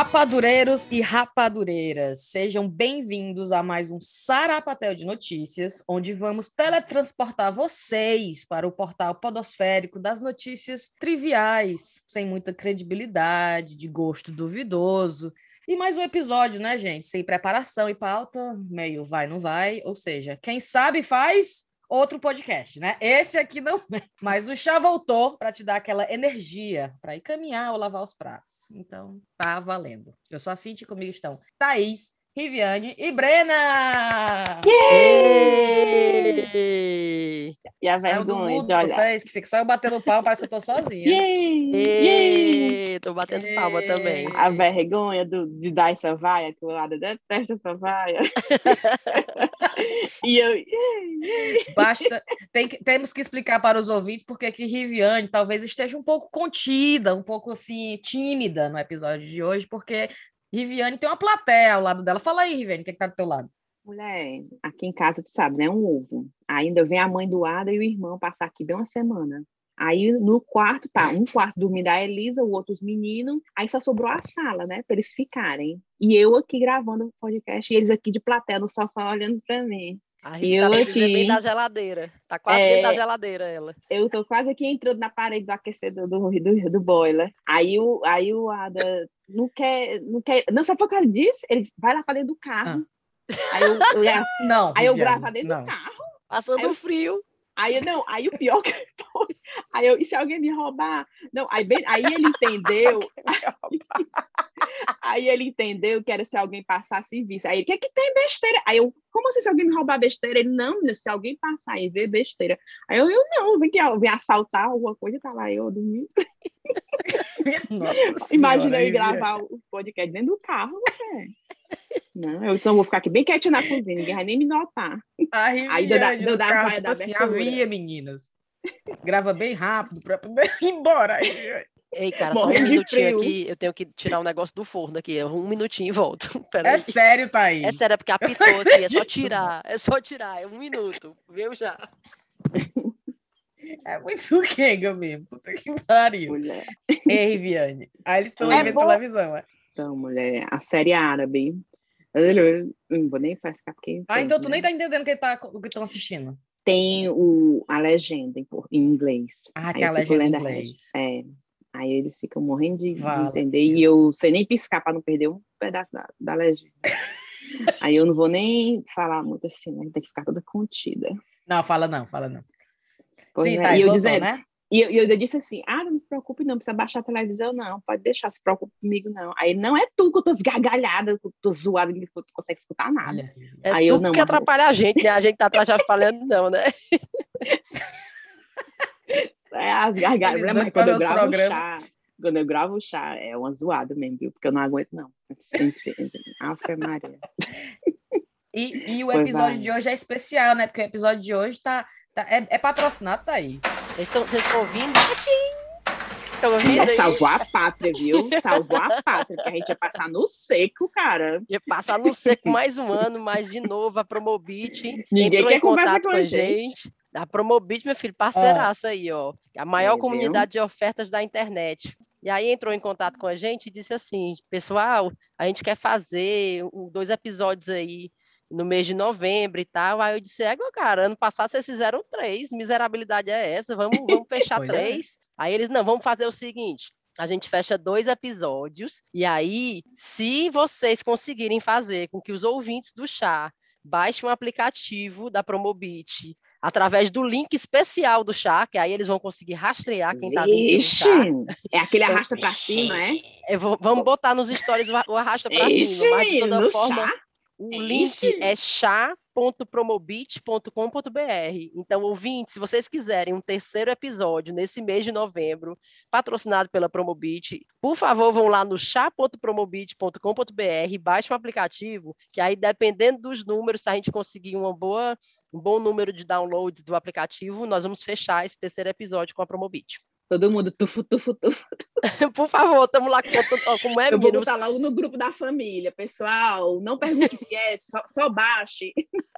Rapadureiros e rapadureiras, sejam bem-vindos a mais um Sarapatel de Notícias, onde vamos teletransportar vocês para o portal podosférico das notícias triviais, sem muita credibilidade, de gosto duvidoso. E mais um episódio, né, gente? Sem preparação e pauta, meio vai, não vai. Ou seja, quem sabe faz outro podcast, né? Esse aqui não é. Mas o chá voltou para te dar aquela energia para ir caminhar ou lavar os pratos. Então, tá valendo. Eu sou a Cintia e comigo estão Thaís, Riviane e Brena! E a vergonha de olhar. Vocês que ficam só eu batendo pau, parece que eu tô sozinha. Tô batendo palma também. A vergonha de dar essa vaia, que o lado detesta essa vaia. E eu... Temos que explicar para os ouvintes porque que Riviane talvez esteja um pouco contida, um pouco assim, tímida no episódio de hoje, porque Riviane tem uma plateia ao lado dela. Fala aí, Riviane, o que tá do teu lado? Mulher, aqui em casa, tu sabe, né? Um ovo. Ainda vem a mãe do Ada e o irmão passar aqui bem uma semana. Aí no quarto, tá, um quarto dormindo a Elisa, o outro os meninos, aí só sobrou a sala, né, pra eles ficarem. E eu aqui gravando o podcast, e eles aqui de plateia no sofá olhando pra mim. A Rivi tá aqui bem da geladeira, tá quase dentro da geladeira ela. Eu tô quase aqui entrando na parede do aquecedor do boiler. Aí o Ada não quer, não sabe o que ele disse? Ele disse, vai lá pra dentro do carro. Aí eu gravo pra dentro do carro. Passando frio. Aí o pior que foi, e se alguém me roubar? Não, aí ele entendeu, aí ele entendeu que era se alguém passasse e visse. Aí ele, que tem besteira? Aí eu, como assim se alguém me roubar besteira? Ele, não, se alguém passar e ver besteira. Aí eu não, vem assaltar alguma coisa, tá lá eu dormindo. Imagina eu gravar o podcast dentro do carro, velho. Não, eu só vou ficar aqui bem quietinha na cozinha, ninguém vai nem me notar. Aí deu da carro, tipo assim, havia, meninas. Grava bem rápido pra poder ir embora. Ei, cara, só um minutinho aqui, eu tenho que tirar um negócio do forno aqui, um minutinho e volto. É sério, Thaís? É sério, é porque apitou aqui, é só tirar, é um minuto, viu já? É muito quenga mesmo, puta que pariu. Mulher. Ei, Viane, aí eles estão vendo televisão, é? Então, mulher, a série árabe. Eu não vou nem ficar porque... Então tu nem tá entendendo o que estão assistindo. Tem a legenda em inglês. Tem a legenda em inglês. Aí eles ficam morrendo de entender. E eu sei nem piscar para não perder um pedaço da legenda. Aí eu não vou nem falar muito assim, né? Tem que ficar toda contida. Não, fala não. Pois sim, é. tá, E eu voltou, dizendo, né? E eu disse assim, não se preocupe não, precisa baixar a televisão não, pode deixar, se preocupe comigo não. Aí não é tu que eu tô esgargalhada, que eu tô zoada, que tu não consegue escutar nada. Aí tu que atrapalha a gente, né? A gente tá atrás já falando não, né? As gargalhadas, mas quando eu gravo o chá, é uma zoada mesmo, viu? Porque eu não aguento não. Ave Maria. E o episódio de hoje é especial, né? Porque o episódio de hoje é patrocinado, Thaís. Vocês estão ouvindo? Estão ouvindo? Salvou a pátria, viu? Salvou a pátria, porque a gente ia passar no seco, cara. Ia passar no seco mais um ano, mas de novo a Promobit entrou em contato com a gente. A Promobit, meu filho, parceiraça aí, ó. A maior comunidade de ofertas da internet. E aí entrou em contato com a gente e disse assim, pessoal, a gente quer fazer 2 episódios aí no mês de novembro e tal. Aí eu disse, cara, ano passado vocês fizeram 3, miserabilidade é essa, vamos fechar 3. Aí eles, não, vamos fazer o seguinte, a gente fecha 2 episódios, e aí, se vocês conseguirem fazer com que os ouvintes do chá baixem um aplicativo da Promobit, através do link especial do chá, que aí eles vão conseguir rastrear quem está dentro do chá. É aquele arrasta para cima, vamos botar nos stories o arrasta para cima, mas de toda forma... Chá? O link é chá.promobit.com.br. Então, ouvintes, se vocês quiserem um 3º episódio nesse mês de novembro, patrocinado pela Promobit, por favor, vão lá no chá.promobit.com.br, baixem o aplicativo, que aí, dependendo dos números, se a gente conseguir um bom número de downloads do aplicativo, nós vamos fechar esse 3º episódio com a Promobit. Todo mundo, tufu. Por favor, estamos lá como é, eu vou botar lá no grupo da família, pessoal, não pergunte o que é, só baixe.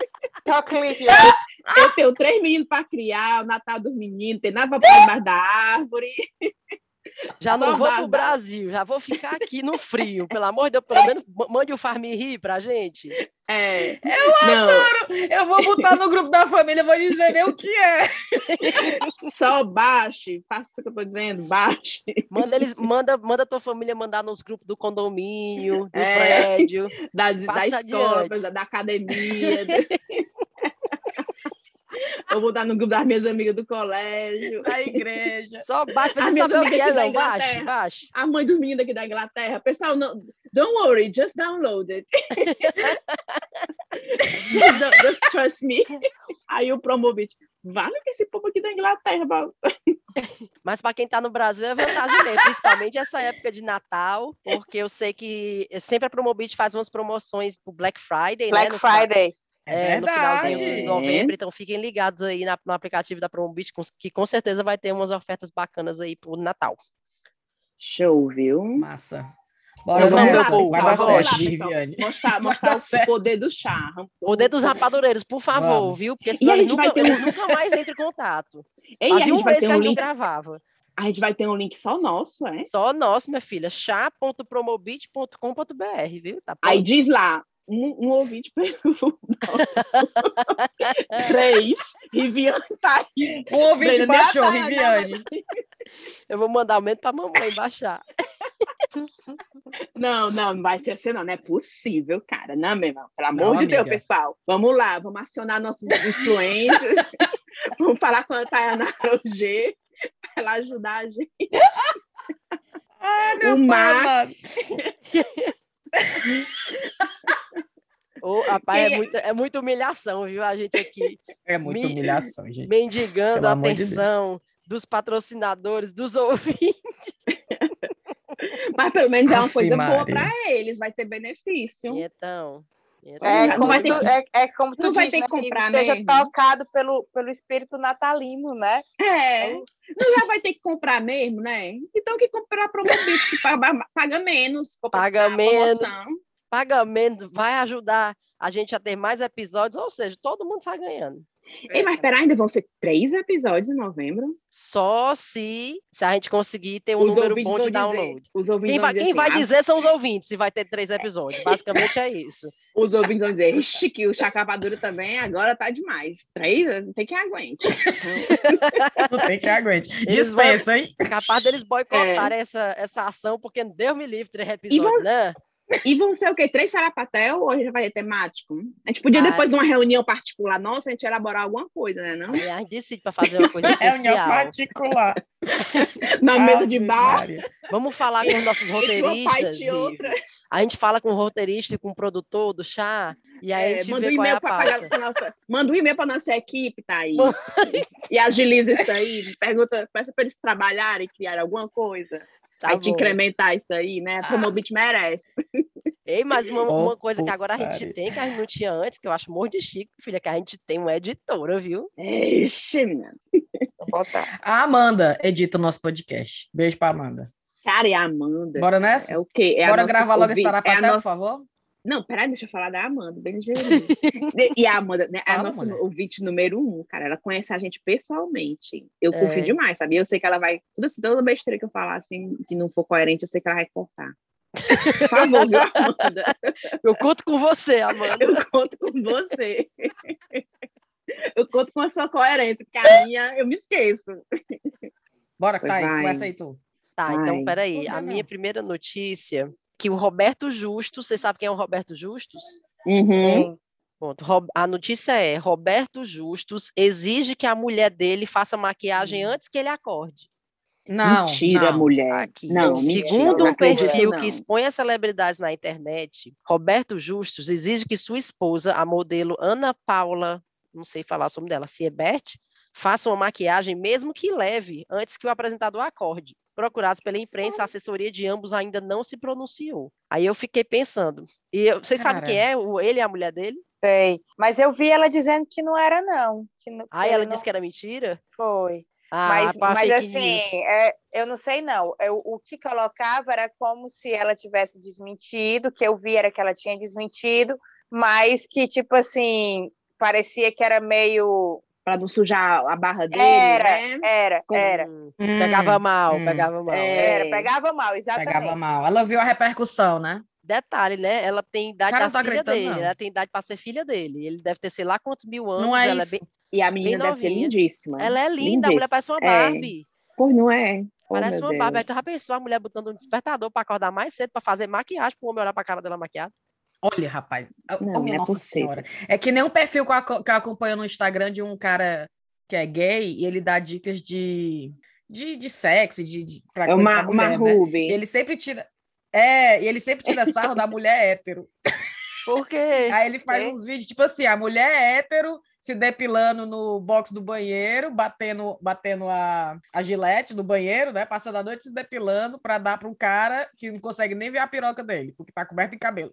Eu tenho 3 meninos para criar, o Natal dos meninos, tem nada para pôr embaixo da árvore. Já não Só vou pro Bárbara. Brasil, já vou ficar aqui no frio. Pelo amor de Deus, pelo menos mande o Farm Ri pra gente. Não, Eu vou botar no grupo da família, vou dizer nem o que é. só baixe, faça o que eu tô dizendo, baixe. Manda tua família mandar nos grupos do condomínio, do É. prédio. Da Passa escola, adiante. da academia. Eu vou dar no grupo das minhas amigas do colégio. Da igreja. Só baixa, As precisa minhas saber o amigas que é, aqui da não. Baixe, Inglaterra. baixe. A mãe dos meninos aqui da Inglaterra. Pessoal, não, don't worry, just download it. Just trust me. Aí o Promobit, vale que esse povo aqui da Inglaterra. Mas para quem está no Brasil é vantagem mesmo, principalmente essa época de Natal, porque eu sei que sempre a Promobit faz umas promoções pro Black Friday, Black né? Friday. No finalzinho de É. novembro, então fiquem ligados aí no aplicativo da Promobit, que com certeza vai ter umas ofertas bacanas aí pro Natal. Show, viu? Massa. Bora Eu vou, meu nessa. povo. Vai dar Vamos certo, lá, Viviane. Mostrar dar o certo. poder do chá. Poder dos rapadureiros, por favor, Vamos. viu? Porque E senão a gente vai ter eles nunca mais entram em contato. Ei, a Fazia gente um vai mês ter que a um gente não link. gravava. A gente vai ter um link só nosso, é? Só nosso, minha filha. chá.promobit.com.br, viu? Tá Aí diz lá, um ouvinte perguntou. 3, Riviane tá aí. O ouvinte Brenda, baixou, nem a Riviane. Eu vou mandar aumento pra mamãe baixar. Não vai ser assim, não é possível, cara. Não, meu irmão, pelo amor Não, de Deus, amiga. pessoal. Vamos lá, vamos acionar nossos influencers. Vamos falar com a Tayana Roger para ela ajudar a gente. Meu O pai, Max. Rapaz, é muita humilhação, viu? A gente aqui é muita humilhação, gente. mendigando Pelo a amor de atenção dos patrocinadores, dos ouvintes. Mas pelo menos é uma Aff, coisa Maria. boa para eles, vai ter benefício. Então, Não vai ter Como tu não vai diz, ter né? que comprar E seja mesmo. tocado pelo espírito natalino, né? Não já vai ter que comprar mesmo, né? Então que comprar Promobit, que paga menos. Paga menos. Promoção. Pagamento vai ajudar a gente a ter mais episódios, ou seja, todo mundo sai ganhando. Ei, mas peraí, ainda vão ser 3 episódios em novembro? Só se a gente conseguir ter um número bom de download. Quem vai dizer são os ouvintes se vai ter 3 episódios. Basicamente é isso. Os ouvintes vão dizer, ixi, que o Chacapadura também agora tá demais. 3, não tem quem aguente. Não tem que aguente. Dispensa, hein? É capaz deles boicotarem essa ação, porque Deus me livre 3 episódios, né? E vão ser o quê? 3 sarapatel ou a gente já vai ter temático? A gente podia, depois de uma reunião particular nossa, a gente elaborar alguma coisa, né? Não? Aí a gente decide para fazer uma coisa especial. Reunião particular. Na mesa de bar. Maria. Vamos falar com os nossos roteiristas. A gente fala com o roteirista e com o produtor do chá, e aí a gente vê qual é a pauta. Manda um e-mail para nossa equipe, Thaís. E agiliza isso aí. Peça para eles trabalharem e criar alguma coisa. Aí te incrementar isso aí, né? A Promobit merece. Ei, mas uma coisa que agora a gente tem, que a gente não tinha antes, que eu acho morro de chique, filha, que a gente tem uma editora, viu? Ixi, menina. A Amanda edita o nosso podcast. Beijo pra Amanda. Cara, e a Amanda? Bora nessa? É o quê? Bora gravar logo esse Sarapatel, por favor? Não, peraí, deixa eu falar da Amanda, bem devagarinho. E a Amanda, né, é a nossa ouvinte número 1, cara. Ela conhece a gente pessoalmente. Eu confio demais, sabe? Eu sei que ela vai... Toda besteira que eu falar, assim, que não for coerente, eu sei que ela vai cortar. Por favor, viu, Amanda? Eu conto com você, Amanda. Eu conto com você. Eu conto com a sua coerência, porque a minha, eu me esqueço. Bora, Thaís, começa aí tu. Tá, então, peraí. A minha primeira notícia... que o Roberto Justus, você sabe quem é o Roberto Justus? Uhum. Pronto, a notícia é: Roberto Justus exige que a mulher dele faça maquiagem antes que ele acorde. Não, mentira, mulher. Aqui. Não, segundo um acredito, perfil que expõe as celebridades na internet, Roberto Justus exige que sua esposa, a modelo Ana Paula, não sei falar o nome dela, Siebert, faça uma maquiagem mesmo que leve, antes que o apresentador acorde. Procurados pela imprensa, a assessoria de ambos ainda não se pronunciou. Aí eu fiquei pensando. Vocês sabem quem é? Ele e a mulher dele? Sei. Mas eu vi ela dizendo que não era, não. Ela disse que era mentira? Foi. Mas assim, eu não sei, não. O que colocava era como se ela tivesse desmentido, que eu vi era que ela tinha desmentido, mas que, tipo assim, parecia que era meio... para não sujar a barra dele, né? Era. Pegava mal. Pegava mal, exatamente. Pegava mal. Ela viu a repercussão, né? Detalhe, né? Ela tem idade Cara, não da tô filha acreditando, dele. não. Ela tem idade para ser filha dele. Ele deve ter sei lá quantos mil anos. Não é ela isso. é bem, E a bem menina deve ser novinha. lindíssima. Ela é linda, a mulher parece uma Barbie. Pois não é? Parece meu uma Barbie. Aí Deus. tu já pensou a mulher botando um despertador para acordar mais cedo para fazer maquiagem, para o homem olhar para a cara dela maquiada? Olha, rapaz. Não, Minha não é Nossa possível. Senhora. É que nem um perfil que eu acompanho no Instagram de um cara que é gay e ele dá dicas de sexo, pra É coisa pra uma mulher, né? Ruby. E ele sempre tira. E ele sempre tira sarro da mulher hétero. Por quê? Aí ele faz uns vídeos, tipo assim, a mulher hétero se depilando no box do banheiro, batendo a gilete no banheiro, né? Passando a noite se depilando para dar para um cara que não consegue nem ver a piroca dele, porque tá coberto de cabelo.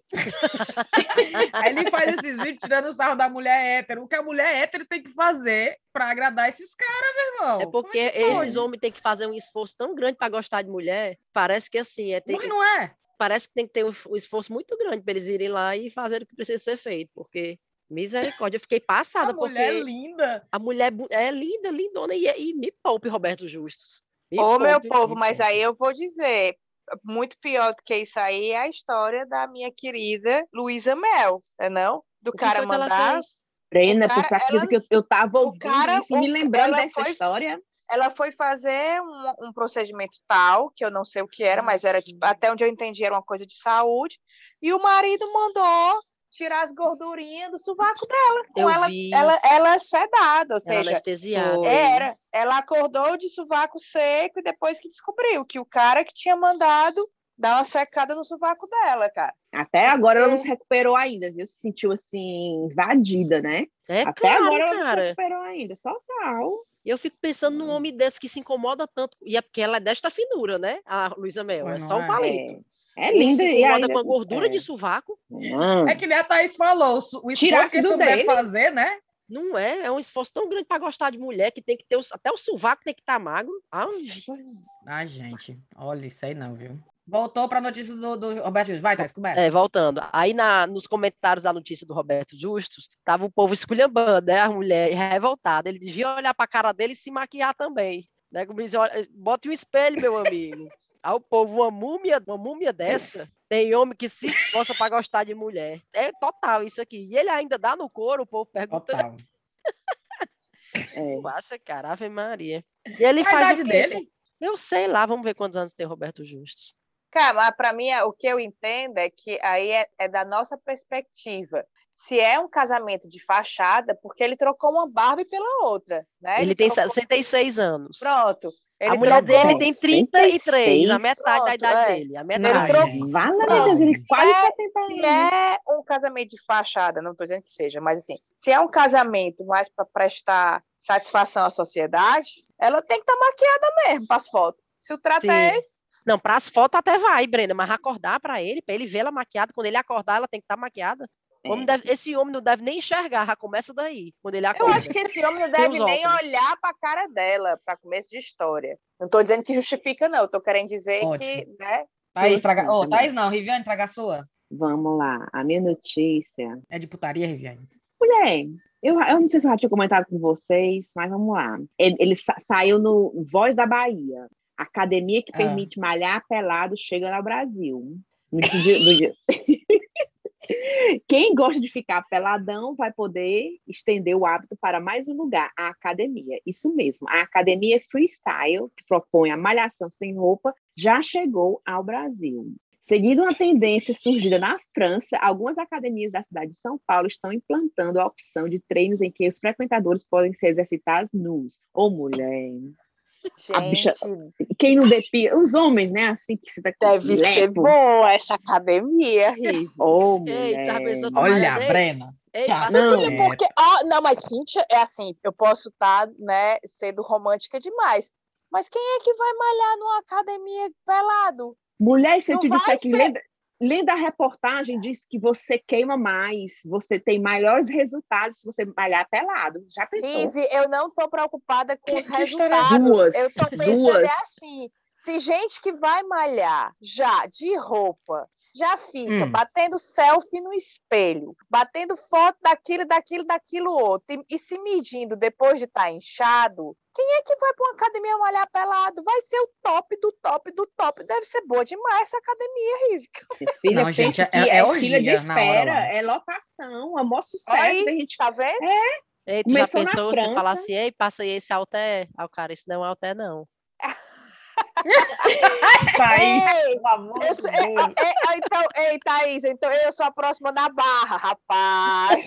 Aí ele faz esses vídeos tirando o sarro da mulher hétero. O que a mulher hétero tem que fazer para agradar esses caras, meu irmão? É porque esses homens têm que fazer um esforço tão grande para gostar de mulher. Parece que assim, Mas não é. Parece que tem que ter um esforço muito grande para eles irem lá e fazer o que precisa ser feito, porque misericórdia, eu fiquei passada, porque mulher é linda. A mulher é linda, lindona, e me poupe, Roberto Justus. Meu povo, mas aí eu vou dizer, muito pior do que isso aí é a história da minha querida Luísa Mel, não? Do cara mandar... Brena, tu acredita que eu tava ouvindo isso e me lembrando dessa história? Ela foi fazer um procedimento tal, que eu não sei o que era, mas era tipo, até onde eu entendi era uma coisa de saúde, e o marido mandou tirar as gordurinhas do sovaco dela. Ela sedada, ou seja, anestesiada. Ela acordou de sovaco seco e depois que descobriu que o cara que tinha mandado dar uma secada no sovaco dela, cara. Até agora ela não se recuperou ainda, viu? Se sentiu assim, invadida, né? Até agora ela não se recuperou ainda, total. Eu fico pensando num homem desse que se incomoda tanto, e é porque ela é desta finura, né? A Luísa Mel, é só um palito. É linda. Se incomoda com a gordura de sovaco. É que nem a Thaís falou, o esforço que esse homem deve fazer, né? Não é? É um esforço tão grande para gostar de mulher que tem que ter até o sovaco tem que estar magro. Gente, olha, isso aí não, viu? Voltou para a notícia do Roberto Justus. Vai, Thais, começa. Voltando. Aí nos comentários da notícia do Roberto Justus, tava o povo esculhambando, né? A mulher revoltada. Ele devia olhar para a cara dele e se maquiar também. Né? Como diz, bote um espelho, meu amigo. Aí o povo, uma múmia dessa, tem homem que se esforça para gostar de mulher. É total isso aqui. E ele ainda dá no couro, o povo pergunta. Total. Nossa, cara, Ave Maria. E ele qual faz a idade dele? Eu sei lá, vamos ver quantos anos tem o Roberto Justus. Cara, mas para mim, o que eu entendo é que aí é da nossa perspectiva. Se é um casamento de fachada, porque ele trocou uma Barbie pela outra, né? Ele tem 66 anos. Pronto. A mulher dele tem 33, a metade da idade dele. A metade. Ele quase 70 anos. Se é um casamento de fachada, não estou dizendo que seja, mas assim, se é um casamento mais para prestar satisfação à sociedade, ela tem que estar maquiada mesmo para as fotos. Se o trato é esse. Não, para as fotos até vai, Brenda, mas acordar para ele ver ela maquiada, quando ele acordar, ela tem que estar maquiada. Esse homem não deve nem enxergar, já começa daí, quando ele acorda. Eu acho que esse homem não deve nem olhar para a cara dela, para começo de história. Não estou dizendo que justifica, não. Estou querendo dizer que, né? Thaís, Thaís não, Riviane, traga a sua. Vamos lá, a minha notícia. É de putaria, Riviane? Mulher, eu não sei se eu já tinha comentado com vocês, mas vamos lá. Ele saiu no Voz da Bahia. Academia que permite malhar pelado chega ao Brasil. No dia... Quem gosta de ficar peladão vai poder estender o hábito para mais um lugar, a academia. Isso mesmo, a academia Freestyle, que propõe a malhação sem roupa, já chegou ao Brasil. Seguindo uma tendência surgida na França, algumas academias da cidade de São Paulo estão implantando a opção de treinos em que os frequentadores podem se exercitar nus. Ô, mulher... A bicha, quem não depila, os homens, né? Assim que você tá com deve ser boa essa academia, Rive. Oh, olha, Brena. Porque, não, mas Cíntia, é assim, eu posso estar, né, sendo romântica demais. Mas quem é que vai malhar numa academia pelado? Mulher, se eu te disser que lendo a reportagem, diz que você queima mais, você tem melhores resultados se você malhar pelado. Já pensou? Rive, eu não estou preocupada com os resultados. Eu estou pensando assim, se gente que vai malhar já de roupa, já fica batendo selfie no espelho, batendo foto daquilo outro, e se medindo depois de estar inchado, quem é que vai para uma academia malhar pelado? Vai ser o top do top do top. Deve ser boa demais essa academia, Rivica. Filha, Não, gente, pensa que é fila de orgia na hora espera, lá. é lotação, é maior sucesso. Aí, Tem gente... tá vendo? Ei, tu já Começou na pensou, você falar França. assim, ei, passa aí esse halter. Ah, o cara, isso não é um halter, não. Thaís, Ei, pelo amor eu de sou- Deus. então, ei, Thaís, então eu sou a próxima na barra, rapaz.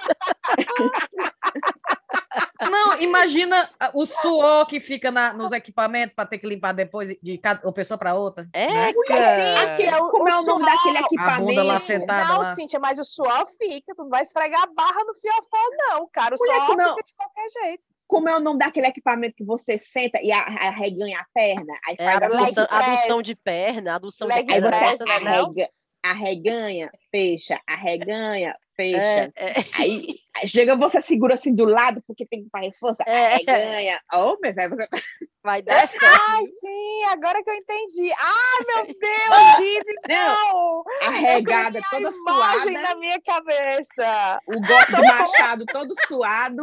Não, imagina o suor que fica nos equipamentos para ter que limpar depois de uma pessoa para outra. Né? Sim, que é Como é o nome daquele A bunda lá equipamento? sentada Não, lá. Cíntia, mas o suor fica. Tu não vai esfregar a barra no fiofó, não, cara. O Mulher, suor como é- fica de qualquer jeito. Como é o nome daquele equipamento que você senta e arreganha a perna? Aí É faz a assim, adução de perna, adução de Leg aí perna você press, dessas, né, não? arreganha, fecha, arreganha, É, fecha. é, Aí chega, você segura assim do lado, porque tem que fazer força, É. arreganha. Oh, meu velho, você... vai dar certo. Ai, sim, agora que eu entendi. Ai, meu Deus, Vivi, não! arregada, Eu criei toda a imagem suada, na minha cabeça. o golpe do machado todo suado,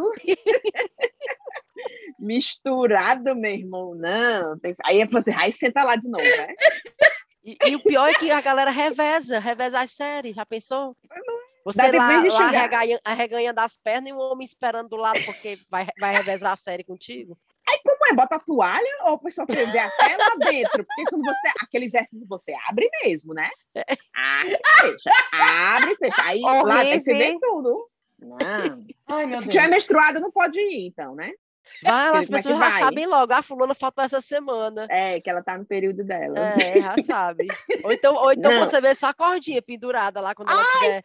misturado, meu irmão. Não, aí você vai sentar lá de novo, né? E o pior é que a galera reveza as séries, já pensou? Você Dá tempo lá, nem de lá chegar. arreganhando as pernas e um homem esperando do lado porque vai revezar a série contigo. Aí como é? Bota a toalha ou o pessoal quer ver até lá dentro? Porque quando você, aquele exercício você abre mesmo, né? Abre e fecha. Aí lá aí você vê tudo. Não. Ai, meu Se Deus. tiver menstruada, não pode ir, então, né? Vai, Como as é que pessoas já vai? sabem logo, a fulana falta essa semana. É, que ela tá no período dela. É, já sabe. Ou então Não. você vê só a cordinha pendurada lá quando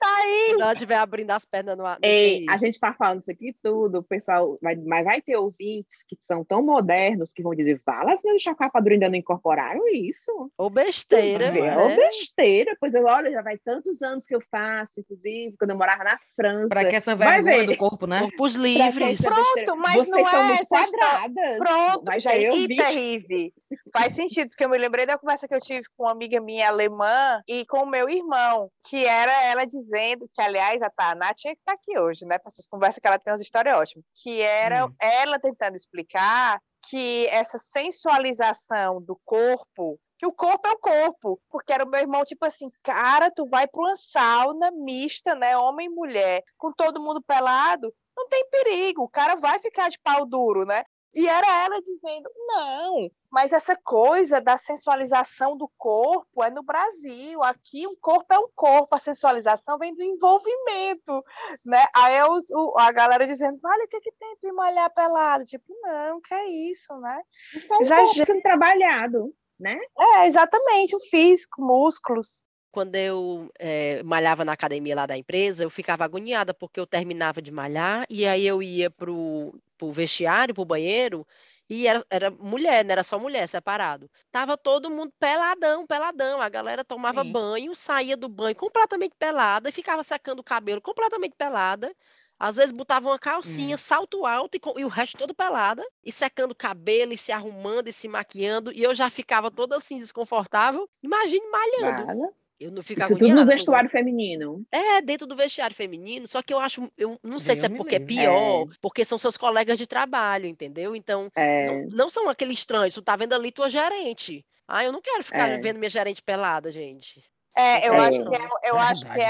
ela estiver abrindo as pernas no Ei, TI. a gente tá falando isso aqui tudo, o pessoal mas vai ter ouvintes que são tão modernos que vão dizer, fala, as meninas de chacapadura ainda não incorporaram isso. Ou besteira, Não é? Ou né? besteira, pois eu, olha, já vai tantos anos que eu faço, inclusive, quando eu morava na França. Para que essa Vai vergonha ver. do corpo, né? Corpos Pra que livres. essa besteira? Pronto, mas Vocês não são é muito essa história. quadradas. Pronto, Vai já ter e ouvinte. terrível. Faz sentido, porque eu me lembrei da conversa que eu tive com uma amiga minha alemã e com o meu irmão, que era ela dizendo que, aliás, a Tainá tinha que estar aqui hoje, né? Para essas conversas que ela tem umas histórias ótimas. Que era ela tentando explicar que essa sensualização do corpo, que o corpo é o corpo, porque era o meu irmão, tipo assim, cara, tu vai para uma sauna mista, né, homem e mulher, com todo mundo pelado, não tem perigo, o cara vai ficar de pau duro, né? E era ela dizendo, não, mas essa coisa da sensualização do corpo é no Brasil, aqui um corpo é um corpo, a sensualização vem do envolvimento, né? Aí a galera dizendo, olha o que tem tu ir malhar pelado, tipo, não, que é isso, né? Só um corpo sendo trabalhado, né? É, exatamente, o físico, músculos. Quando eu malhava na academia lá da empresa, eu ficava agoniada porque eu terminava de malhar e aí eu ia pro vestiário, pro banheiro, e era mulher, não era só mulher, separado. Tava todo mundo peladão, peladão. A galera tomava banho, saía do banho completamente pelada e ficava secando o cabelo completamente pelada. Às vezes botava uma calcinha, salto alto e o resto todo pelada, e secando o cabelo, e se arrumando, e se maquiando, e eu já ficava toda assim desconfortável. Imagine malhando. Vale. Eu não fico Isso agoniada. tudo no vestuário feminino. É, dentro do vestiário feminino, só que eu não sei se é porque é livre. pior, porque são seus colegas de trabalho, entendeu? Então, não são aqueles estranhos, tu tá vendo ali tua gerente. Ah, eu não quero ficar vendo minha gerente pelada, gente. Eu acho que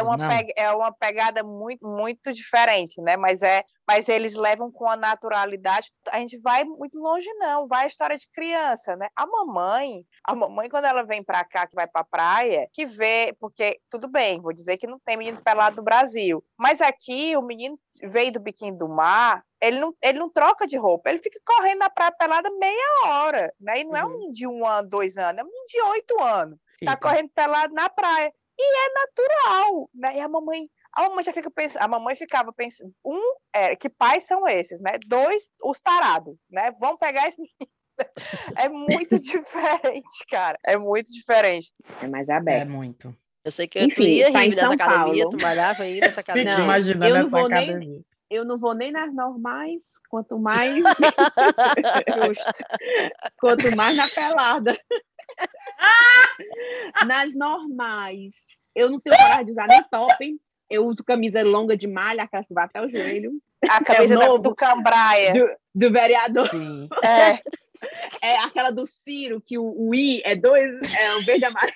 é uma pegada muito, muito diferente, né? Mas eles levam com a naturalidade. A gente vai muito longe, não. Vai a história de criança, né? A mamãe, quando ela vem pra cá, que vai pra praia, que vê, porque, tudo bem, vou dizer que não tem menino pelado no Brasil, mas aqui o menino veio do biquíni do mar, ele não troca de roupa, ele fica correndo na praia pelada meia hora, né? E não é um menino de 1 ano, 2 anos, é um menino de 8 anos. Tá correndo pelado na praia. E é natural, né? E a mamãe já fica pensando, a mamãe ficava pensando, que pais são esses, né? 2, os tarados, né? Vão pegar esse menino. É muito diferente, cara. É muito diferente. É mais aberto. É muito. Eu sei que tu ia rir nessa academia, Paulo. tu malhava aí nessa academia. Fico imaginando essa academia. Eu não vou nem nas normais, quanto mais... Quanto mais na pelada. Nas normais, eu não tenho coragem de usar nem top. Eu uso camisa longa de malha, aquela que vai até o joelho. A camisa do Cambraia. Do vereador. Sim. É aquela do Ciro, que o I é o verde e amarelo.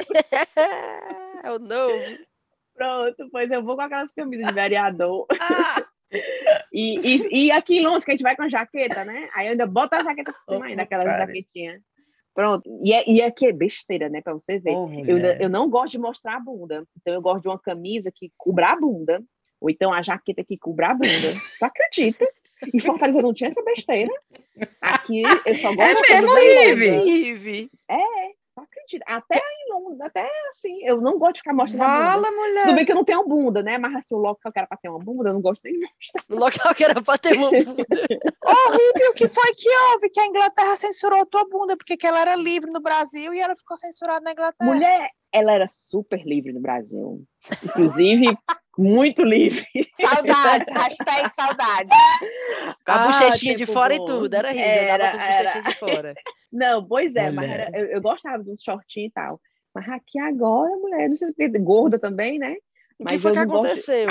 É o novo. Pronto, pois eu vou com aquelas camisas de vereador. E aqui em Londres, que a gente vai com a jaqueta, né? Aí eu ainda boto a jaqueta por cima ainda, aquelas jaquetinhas. Pronto. E aqui é besteira, né? Pra você ver. Eu não gosto de mostrar a bunda. Então eu gosto de uma camisa que cubra a bunda. Ou então a jaqueta que cubra a bunda. Tu acredita? Em Fortaleza não tinha essa besteira. Aqui eu só gosto de mesmo, Rive. Tu acredita? Até em Londres, até assim, eu não gosto de ficar mostrando a bunda. Mulher. Tudo bem que eu não tenho bunda, né? Mas assim, o local que era pra ter uma bunda, eu não gosto nem de mostrar. No local que era pra ter uma bunda. Rive, o que foi que houve? Que a Inglaterra censurou tua bunda, porque que ela era livre no Brasil e ela ficou censurada na Inglaterra. Mulher, ela era super livre no Brasil. Inclusive, muito livre. Saudades, hashtag saudades. Com a bochechinha de fora bom. e tudo, era Rive, andava com as bochechinhas de fora. Não, pois é, mas eu gostava de uns shortinhos e tal. Mas aqui agora, mulher, não sei se gorda também, né? O Mas que foi que não gosto- aconteceu?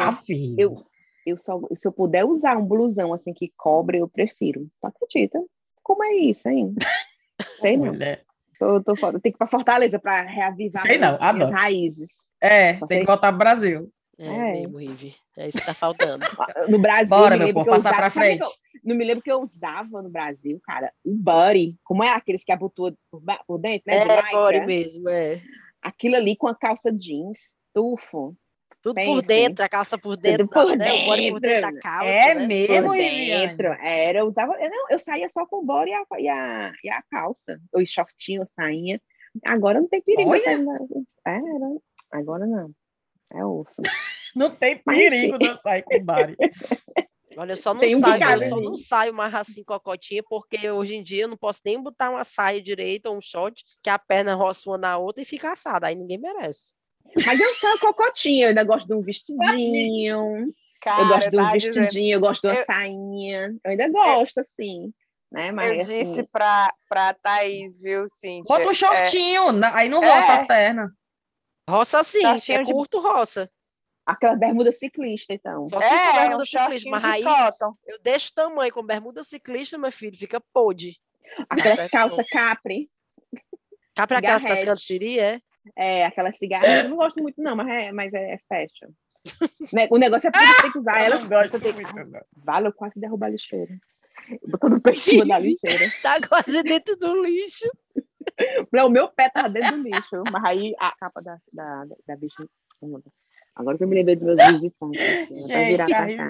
Eu só, se eu puder usar um blusão assim que cobre, eu prefiro. Tu acredita? Como é isso, hein? Sei não. Mulher. Tô fora. Tem que ir pra Fortaleza pra reavivar Sei não, minhas raízes. Tem que voltar pro Brasil. Mesmo, Rive. É isso que tá faltando. No Brasil, Bora, me meu lembro povo, que eu passar usava- pra sabe frente. que não me lembro que eu usava no Brasil, cara, o Buddy. Como é aqueles que abotoam por dentro, né? de lycra? Body mesmo, Aquilo ali com a calça jeans, tufo. Tudo Pense. por dentro, a calça por dentro, por né? O body por dentro da dentro. calça, É né? mesmo, Por Viviane? dentro. Era, eu usava. Eu saía só com o body e a calça. Ou shortinho, ou sainha. Agora não tem perigo. Olha. Era. Agora não. É osso. Não tem perigo de eu sair com o Bari. Olha, eu só não Tem um saio, bocado eu só ali. não saio mais assim cocotinha, porque hoje em dia eu não posso nem botar uma saia direita ou um short, que a perna roça uma na outra e fica assada. Aí ninguém merece. Mas eu saio cocotinha. Eu ainda gosto de um vestidinho. Cara, Eu gosto de um tá vestidinho. dizendo- Eu gosto de uma eu- sainha. Eu ainda gosto, assim. Né? Mas, Eu assim, disse pra Thaís, viu, Cíntia? Bota um shortinho, aí não roça as pernas. Roça sim, se Shortinho é de- curto, roça. aquela bermuda ciclista, então. Só se for bermuda um ciclista, shortinho mas de aí cotton. eu deixo tamanho com bermuda ciclista, meu filho, fica podre. Aquelas certo, calças capri. Capra aquelas Cigarrete. cascas de siri, é? Aquelas cigarras. Eu não gosto muito, não, mas é fashion. Né, o negócio é porque você tem que usar elas. Você tem que... não. Vale, eu quase derrubo a lixeira. Botando o pé em cima da lixeira. Tá quase dentro do lixo. Não, o meu pé tava dentro do lixo. Mas aí a capa da bicha. Agora que eu me lembrei dos meus visitantes. Vai virar Gente, pra cá.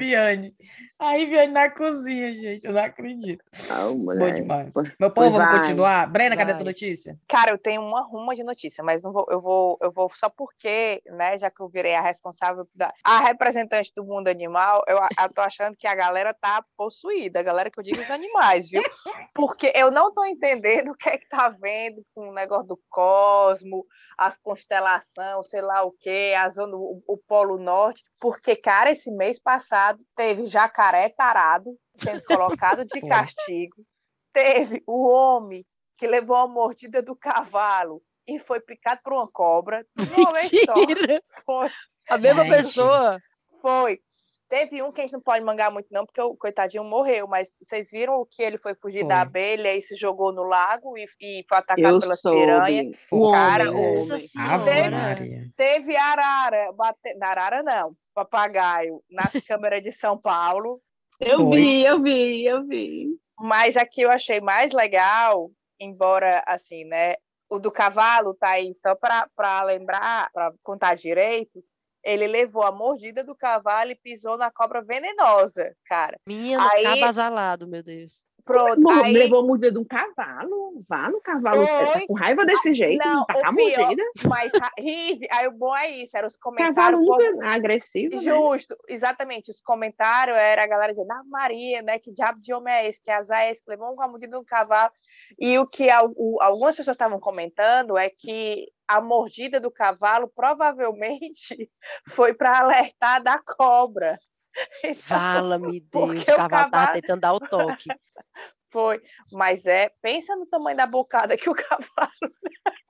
A Riviane na cozinha, gente. Eu não acredito. Bom Mulher. demais. Pois Meu povo, vamos vai. continuar. Brena, cadê a Vai. tua notícia? Cara, eu tenho uma ruma de notícia, mas não vou, eu vou só porque, né, já que eu virei a responsável, a representante do mundo animal, eu tô achando que a galera tá possuída, a galera que eu digo os animais, viu? Porque eu não tô entendendo o que é que tá vendo com o negócio do cosmo, as constelações, sei lá o quê, a zona, o Polo Norte, porque, cara, esse mês passado teve jacaré tarado sendo colocado de Foi. castigo, teve o homem que levou a mordida do cavalo e foi picado por uma cobra. De uma vez só. Mentira! Foi. A mesma Gente. pessoa. Foi. Teve um que a gente não pode mangar muito, não, porque o coitadinho morreu, mas vocês viram que ele foi fugir Foi. da abelha e se jogou no lago e foi atacado Eu pelas soube. piranhas. Foi. Cara, Nossa homem. Ave senhora. Maria. Teve arara, arara não, papagaio, nas câmeras de São Paulo. Eu Foi. vi. Mas aqui eu achei mais legal, embora, assim, né, o do cavalo tá aí só para lembrar, para contar direito, ele levou a mordida do cavalo e pisou na cobra venenosa, cara. Menino, Aí- cabasalado, meu Deus. Pronto, aí... Levou a mordida de um cavalo. Vá no cavalo. Foi. Tá com raiva desse jeito? Não, Tá com a o pior, mordida. mas Rive, aí o bom é isso, eram os Cavalo comentários... nunca povo- é agressivo, né? Justo, exatamente. Os comentários era a galera dizendo, Maria, né? Que diabo de homem é esse? Que azar é esse? Que levou uma mordida de um cavalo. E o que algumas pessoas estavam comentando é que a mordida do cavalo provavelmente foi para alertar da cobra. Então, Fala-me Deus, porque o o cavalo tava cavalo- tentando dar o toque. foi. Mas pensa no tamanho da bocada que o cavalo.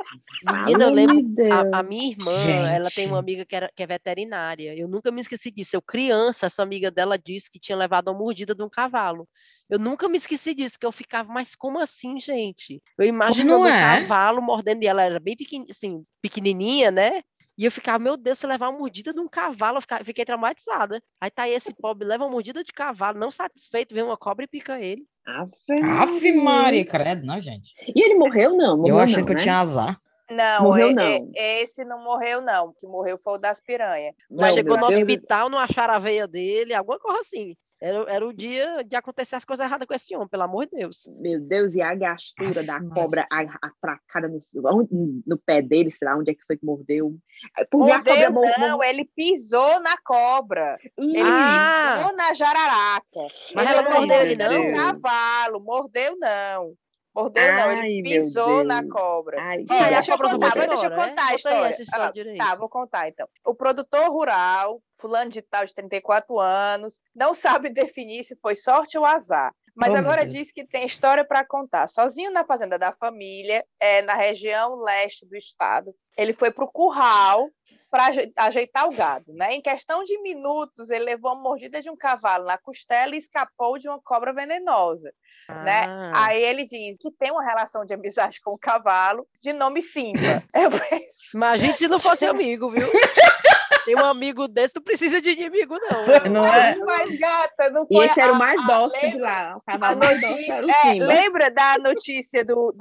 Menina, eu Pelo lembro, amor de Deus. a minha irmã, ela tem uma Gente. amiga que é veterinária. Eu nunca me esqueci disso. Eu criança, essa amiga dela disse que tinha levado uma mordida de um cavalo. Eu nunca me esqueci disso, que eu ficava, mas como assim, gente? Eu Pois imaginando não um é? cavalo mordendo, e ela era bem assim, pequenininha, né? E eu ficava, meu Deus, se levar uma mordida de um cavalo, fiquei traumatizada. Aí tá aí esse pobre, leva uma mordida de cavalo, não satisfeito, vem uma cobra e pica ele. Ave Ave Maria. Maria, credo, não, gente. E ele morreu? Não, Eu morreu achando não, que eu né? tinha azar. Não, Morreu não. esse não morreu, não. O que morreu foi o das piranhas. Mas Não, chegou meu no Deus. hospital, não acharam a veia dele, alguma coisa assim. Era o dia de acontecer as coisas erradas com esse homem, pelo amor de Deus. Meu Deus, e a gastura Ave da Maria. cobra atracada no pé dele, sei lá onde é que foi que mordeu. Por ver a Mordeu, cobra não, ele pisou na cobra. Ele Ah! pisou na jararaca. Mas Ele ela não era mordeu ele, mordida de um não? cavalo. Mordeu, não. Mordeu, não. Ele Ai, meu pisou na Deus. cobra. Ai, E Ó, aí a deixa eu cobra foi contar, mas deixa eu embora, é? contar a Conta aí história. essa história direito. Tá, vou contar então. O produtor rural, fulano de tal, de 34 anos, não sabe definir se foi sorte ou azar. Mas Oh, meu agora Deus. diz que tem história para contar. Sozinho na fazenda da família, na região leste do estado, ele foi para o curral para ajeitar o gado, né? Em questão de minutos, ele levou a mordida de um cavalo na costela e escapou de uma cobra venenosa. Né? Ah. Aí ele diz que tem uma relação de amizade com o cavalo, de nome Simba. Eu penso, Imagine se não fosse amigo, viu? Tem um amigo desse, não precisa de inimigo, não. Não é? mas gata, não E foi esse era o mais dócil de lembra lá. O a cavalo mais dócil notícia, era o Simba. lembra da notícia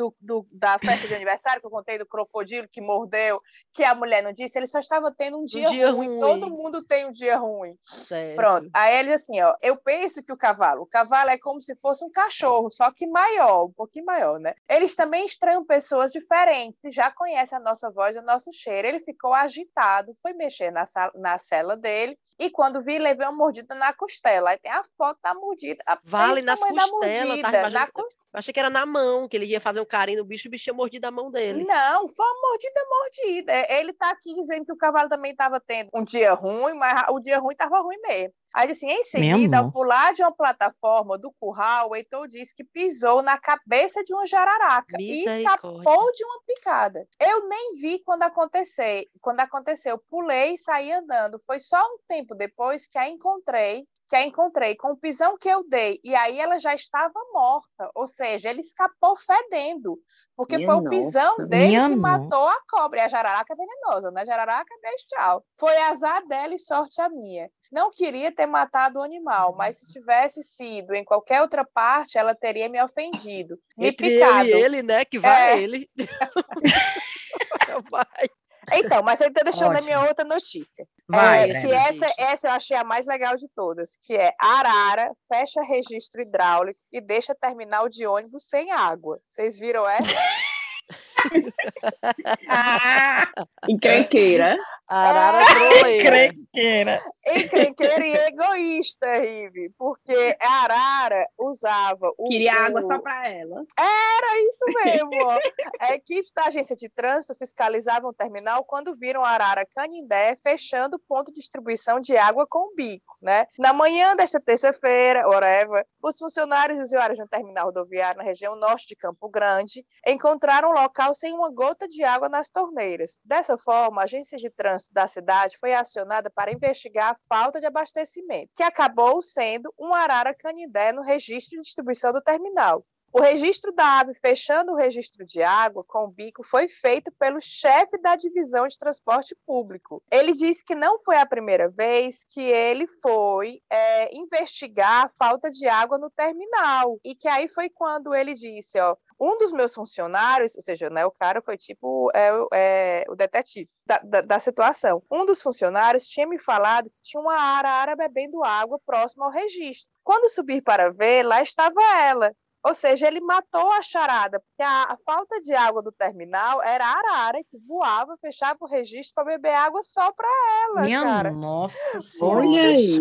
da festa de aniversário que eu contei do crocodilo que mordeu, que a mulher não disse? Ele só estava tendo um dia ruim. Todo mundo tem um dia ruim. Certo. Pronto. Aí ele diz assim, ó, eu penso que o cavalo é como se fosse um cachorro, só que maior, um pouquinho maior, né? Eles também estranham pessoas diferentes, e já conhecem a nossa voz e o nosso cheiro. Ele ficou agitado, foi mexer na cela dele, e quando vi, levei uma mordida na costela. Aí tem a foto da mordida. Vale Esse nas tamanho da costelas, mordida, tá? Eu achei que era na mão, que ele ia fazer um carinho no bicho e o bicho tinha mordido a mão dele. Não, foi uma mordida. Ele tá aqui dizendo que o cavalo também estava tendo um dia ruim, mas o dia ruim estava ruim mesmo. Aí, assim, em seguida, ao pular de uma plataforma do curral, o Heitor disse que pisou na cabeça de uma jararaca e escapou de uma picada. Eu nem vi quando aconteceu. Pulei e saí andando. Foi só um tempo depois que a encontrei com o pisão que eu dei. E aí ela já estava morta. Ou seja, ele escapou fedendo. Porque foi o pisão dele que matou a cobra. E a jararaca é venenosa, né? A jararaca é bestial. Foi azar dela e sorte a minha. Não queria ter matado o animal, mas se tivesse sido em qualquer outra parte, ela teria me ofendido. Me picado. Eu e ele, né? Que vai ele. Vai. Então, mas eu estou deixando a minha outra notícia. Vai, que essa eu achei a mais legal de todas, que é Arara fecha registro hidráulico e deixa terminal de ônibus sem água. Vocês viram essa? Encrenqueira. Arara encrenqueira. Encrenqueira e egoísta, Rive, porque a Arara usava queria água só para ela. Era isso mesmo. Ó. A equipe da agência de trânsito fiscalizava o terminal quando viram a Arara Canindé fechando o ponto de distribuição de água com o bico, né? Na manhã desta terça-feira, os funcionários e usuários de um terminal rodoviário na região norte de Campo Grande encontraram um local sem uma gota de água nas torneiras. Dessa forma, a agência de trânsito da cidade foi acionada para investigar a falta de abastecimento, que acabou sendo um Arara Canindé no registro de distribuição do terminal. O registro da ave fechando o registro de água com o bico foi feito pelo chefe da divisão de transporte público. Ele disse que não foi a primeira vez que ele foi investigar a falta de água no terminal, e que aí foi quando ele disse, ó, um dos meus funcionários, ou seja, né, o cara foi tipo o detetive da situação. Um dos funcionários tinha me falado que tinha uma arara bebendo água próximo ao registro. Quando subir para ver, lá estava ela. Ou seja, ele matou a charada, porque a falta de água do terminal era a arara que voava, fechava o registro para beber água só para ela, Minha cara. nossa senhora. Olha aí.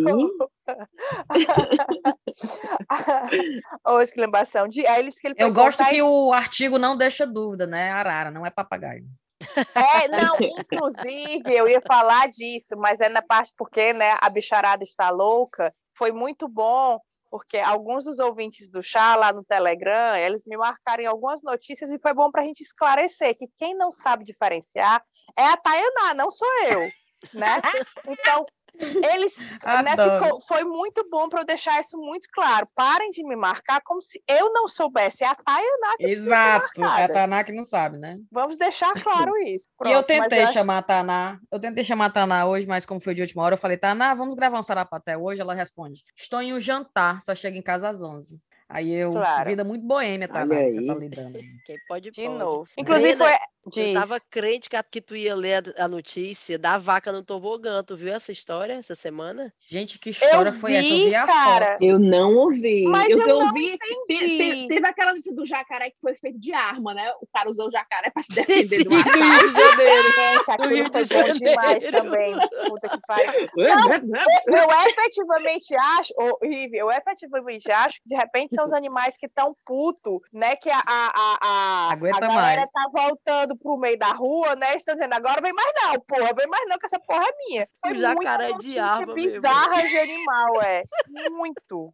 Ô, exclamação. Aí ele disse que ele foi Eu gosto que o artigo não deixa dúvida, né? Arara, não é papagaio. Não, inclusive, eu ia falar disso, mas é na parte porque, né, a bicharada está louca. Foi muito bom porque alguns dos ouvintes do chá lá no Telegram, eles me marcaram em algumas notícias e foi bom para a gente esclarecer que quem não sabe diferenciar é a Tayaná, não sou eu, né? Então, eles, né, foi muito bom para eu deixar isso muito claro. Parem de me marcar como se eu não soubesse. É a Tayaná que Exato, é a Tayaná que não sabe, né? Vamos deixar claro isso. Pronto, e eu tentei chamar a Tayaná hoje, mas como foi de última hora, eu falei, Tayaná, vamos gravar um sarapatel hoje? Ela responde, estou em um jantar, só chego em casa às 11. Aí vida muito boêmia, Tayaná, você tá lidando. Quem pode, de novo. Inclusive, eu tava crente que tu ia ler a notícia da vaca no tobogã. Tu viu essa história essa semana? Gente, que história foi essa? Eu vi a foto. Eu não ouvi. Mas eu ouvi. Teve aquela notícia do jacaré que foi feito de arma, né? O cara usou o jacaré para se defender do assalto. Do Rio de Janeiro. Gente, aquilo foi bom demais também. Puta que pariu. Eu efetivamente acho, Rive, que de repente são os animais que estão putos, né? Que a galera tá voltando pro meio da rua, né? Estão dizendo, agora vem mais não, porra, vem mais não, que essa porra é minha. Foi o jacaré de arma bizarra mesmo. De animal, muito.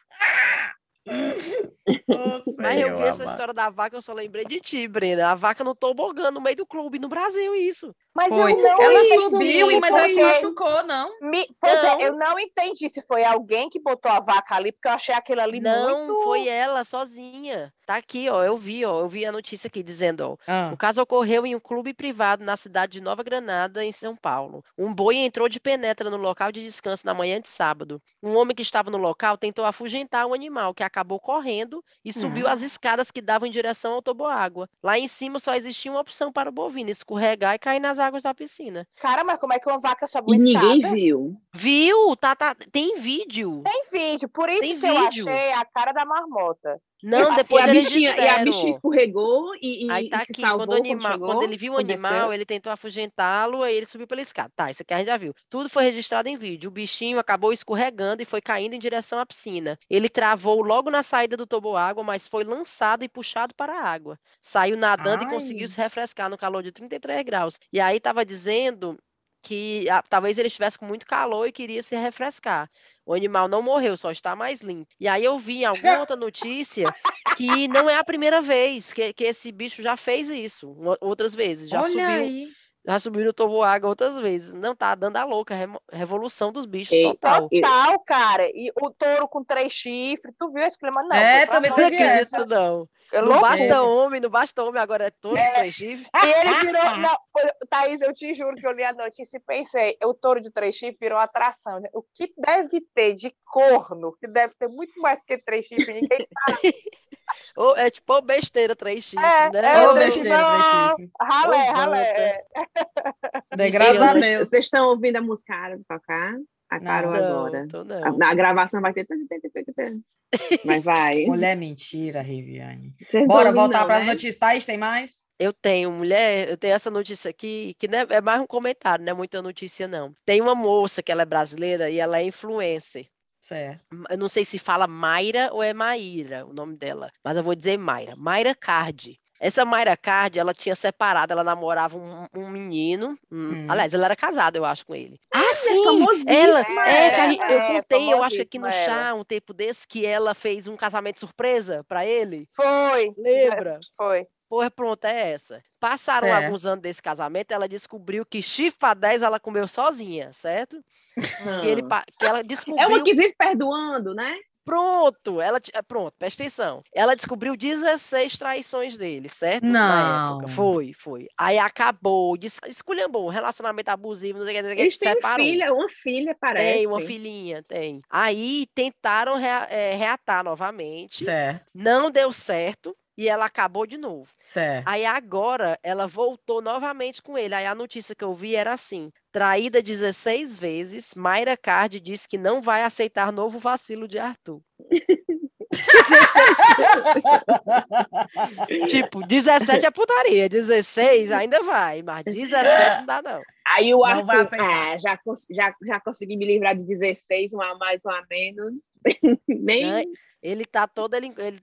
Mas eu vi essa história da vaca, eu só lembrei de ti, Brena. A vaca no tobogã, no meio do clube, no Brasil, isso. Mas ela subiu, mas ela se machucou, não? Eu não entendi se foi alguém que botou a vaca ali, porque eu achei aquilo ali muito... Não, foi ela, sozinha. Tá aqui, ó, eu vi a notícia aqui dizendo, ó. O caso ocorreu em um clube privado na cidade de Nova Granada, em São Paulo. Um boi entrou de penetra no local de descanso na manhã de sábado. Um homem que estava no local tentou afugentar o animal, que acabou correndo e subiu as escadas que davam em direção ao toboágua. Lá em cima só existia uma opção para o bovino, escorregar e cair nas águas da piscina. Cara, mas como é que uma vaca sobe uma escada? Ninguém viu. Viu? Tem vídeo. Tem vídeo, por isso que eu achei a cara da marmota. Não, depois eles disseram. E a bichinha escorregou e aí tá se aqui, salvou quando ele viu o animal, ele tentou afugentá-lo, aí ele subiu pela escada. Tá, isso aqui a gente já viu. Tudo foi registrado em vídeo. O bichinho acabou escorregando e foi caindo em direção à piscina. Ele travou logo na saída do toboágua, mas foi lançado e puxado para a água. Saiu nadando e conseguiu se refrescar no calor de 33 graus. E aí tava dizendo que talvez ele estivesse com muito calor e queria se refrescar. O animal não morreu, só está mais limpo. E aí eu vi em alguma outra notícia que não é a primeira vez que esse bicho já fez isso. Outras vezes. Já subiu no toboágua outras vezes. Não, tá dando a louca. Revolução dos bichos, total. Total, cara. E o touro com 3 chifres. Tu viu esse clima? Não. Também teve essa. Não. Não basta homem, agora é touro com 3 chifres. E ele virou... Não, Thaís, eu te juro que eu li a notícia e pensei, o touro de 3 chifres virou atração. O que deve ter de corno, que deve ter muito mais que 3 chifres, ninguém sabe. É tipo besteira 3 chifres, né? Besteira 3 chifres. Ralé. Graças a Deus. Vocês estão ouvindo a música árabe tocar? Parou agora. A gravação vai ter... Mas vai. Mulher mentira, Riviane. Bora voltar para as notícias. Thaís, tem mais? Eu tenho essa notícia aqui, que não é mais um comentário, não é muita notícia, não. Tem uma moça que ela é brasileira e ela é influencer. Certo. Eu não sei se fala Mayra ou é Maíra o nome dela, mas eu vou dizer Mayra. Mayra Card. Essa Mayra Card, ela tinha separado, ela namorava um menino. Aliás, ela era casada, eu acho, com ele. Sim! Eu contei, eu acho aqui no chá, um tempo desse, que ela fez um casamento surpresa pra ele. Foi! Lembra? Foi. Porra, pronto, é essa. Passaram alguns anos desse casamento, ela descobriu que chifre pra 10 ela comeu sozinha, certo? Que ela descobriu... É uma que vive perdoando, né? Pronto, presta atenção. Ela descobriu 16 traições dele, certo? Não. Na época. Foi. Aí acabou, esculhambou, relacionamento abusivo, não sei o que, eles têm separou. Uma filha, parece. Tem, uma filhinha, tem. Aí tentaram reatar novamente. Certo. Não deu certo. E ela acabou de novo. Certo. Aí agora ela voltou novamente com ele. Aí a notícia que eu vi era assim: traída 16 vezes, Mayra Card diz que não vai aceitar novo vacilo de Arthur. 16 Tipo, 17 é putaria, 16 ainda vai, mas 17 não dá, não. Aí o Não vai Arthur, aceitar. já consegui me livrar de 16, um a mais, um a menos. Não, Nem... ele tá todo,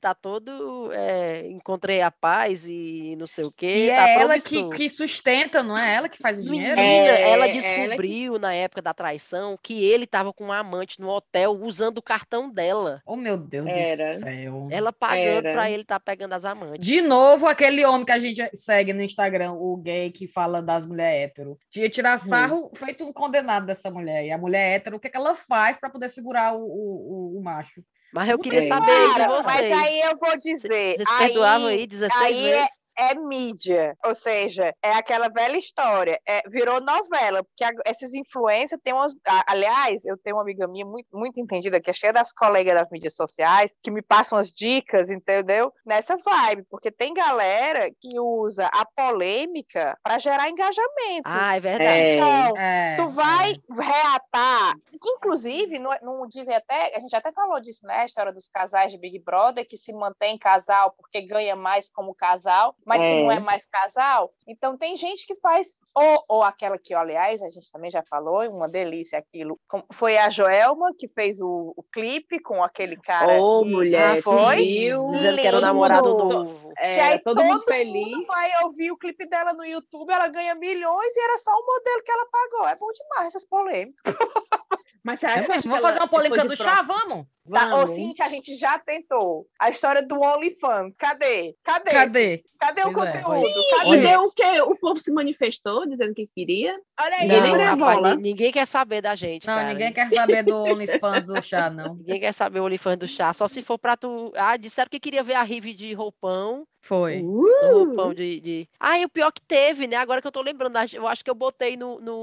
encontrei a paz e não sei o E quê, tá é ela promissor. que sustenta, não é ela que faz o dinheiro? Menina, ela ela que... descobriu na época da traição que ele tava com uma amante no hotel usando o cartão dela. Oh, meu Deus do Era. céu. Ela pagando Era. pra ele estar pegando as amantes. De novo, aquele homem que a gente segue no Instagram, o gay que fala das mulheres hétero. Tinha tirar sarro, feito um condenado dessa mulher. E a mulher hétero, o que é que ela faz para poder segurar o macho? Mas eu queria tem. saber aí de Cara, mas vocês. aí eu vou dizer, Vocês perdoavam aí 16 aí vezes? é mídia, ou seja, é aquela velha história, virou novela, porque essas influências têm umas... Aliás, eu tenho uma amiga minha muito entendida, que é cheia das colegas das mídias sociais, que me passam as dicas, entendeu? Nessa vibe, porque tem galera que usa a polêmica para gerar engajamento. Ah, é verdade. Então, É, tu vai reatar, inclusive, não dizem até, a gente até falou disso, né, a história dos casais de Big Brother, que se mantém casal porque ganha mais como casal, mas que não é mais casal. Então, tem gente que faz, ou aquela que, aliás, a gente também já falou, uma delícia aquilo, foi a Joelma que fez o clipe com aquele cara. Mulher, foi? viu? Dizendo que era o Lindo. namorado novo. Que aí todo mundo feliz. mundo vai ouvir o clipe dela no YouTube, ela ganha milhões e era só o modelo que ela pagou. É bom demais essas polêmicas. Mas será que vamos fazer uma polêmica do chá? Vamos! Tá, ô, Cíntia, a gente já tentou. A história do OnlyFans, cadê? Cadê? O Pois é. conteúdo? E Cadê? deu o quê? O povo se manifestou dizendo que queria. Olha aí, Ninguém nem Não, deu rapaz, bola. ninguém quer saber da gente, Não, cara. ninguém quer saber do OnlyFans do chá, não. Ninguém quer saber o OnlyFans do chá, só se for pra tu... Ah, disseram que queria ver a Rive de roupão. Foi. Do roupão de... Ah, e o pior que teve, né? Agora que eu tô lembrando, eu acho que eu botei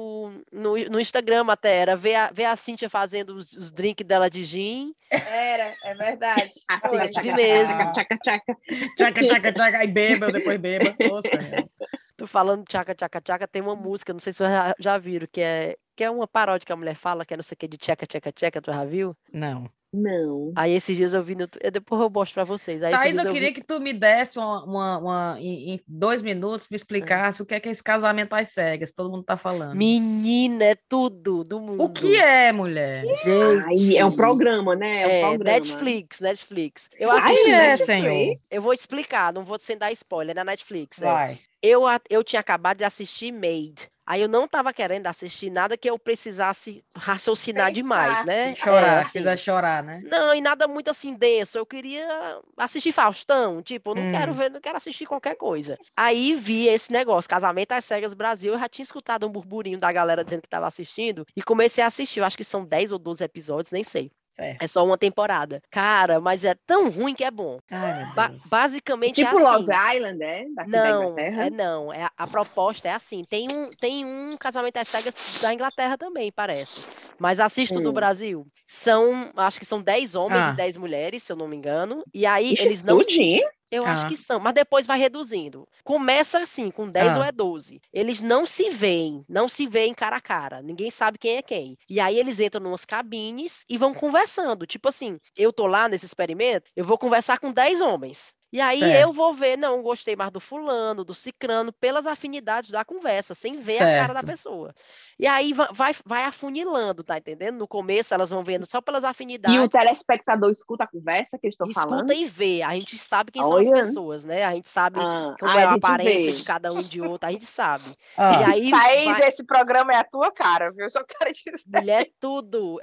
no Instagram até, era ver a Cíntia fazendo os drinks dela de gin. é verdade. Assim, Foi. tchaca, mesmo. tchaca, tchaca. Tchaca, tchaca, tchaca, aí beba, depois beba. Nossa, Tô falando tchaca, tchaca, tchaca, tem uma música, não sei se vocês já viram, que é uma paródia que a mulher fala, que é não sei o que, de tchaca, tchaca, tchaca, tu já viu? não. Não. Aí esses dias eu vi depois eu mostro pra vocês. Aí, esses Thaís, dias eu queria vi... que tu me desse em 2 minutos, me explicasse o que é esse casamento às cegas, todo mundo tá falando. Menina, é tudo do mundo. O que é, mulher? Gente, É um programa, né? É um programa. Netflix. Eu O que assisti. é, senhor? Eu vou explicar, não vou sem dar spoiler, na Netflix. Vai. Eu tinha acabado de assistir Made. Aí eu não tava querendo assistir nada que eu precisasse raciocinar Pensar. demais, né? Chorar, Assim, quiser chorar, né? não, e nada muito assim denso. Eu queria assistir Faustão. Tipo, eu não quero ver, não quero assistir qualquer coisa. Aí vi esse negócio, Casamento às Cegas Brasil. Eu já tinha escutado um burburinho da galera dizendo que tava assistindo. E comecei a assistir. Eu acho que são 10 ou 12 episódios, nem sei. Certo. É só uma temporada. Cara, mas é tão ruim que é bom. Ai, meu Deus. Basicamente Tipo é assim. Love Island, Daqui da Inglaterra? Não. A proposta é assim. Tem um Casamento às Cegas da Inglaterra também, parece. Mas assisto do Brasil. Acho que são 10 homens e 10 mulheres, se eu não me engano. E aí eles não... Tudinho? Eu acho que são, mas depois vai reduzindo. Começa assim, com 10 ou é 12. Eles não se veem cara a cara. Ninguém sabe quem é quem. E aí eles entram numas cabines e vão conversando. Tipo assim, eu tô lá nesse experimento, eu vou conversar com 10 homens. E aí eu vou ver, não, gostei mais do fulano, do cicrano, pelas afinidades da conversa, sem ver a cara da pessoa. E aí vai afunilando, tá entendendo? No começo elas vão vendo só pelas afinidades. E o telespectador escuta a conversa que eles estão falando? Escuta e vê. A gente sabe quem são as pessoas, né? A gente sabe como é a aparência de cada um e de outro, a gente sabe. E aí Thaís, esse programa é a tua cara, viu? Só quero dizer. Mulher, é tudo.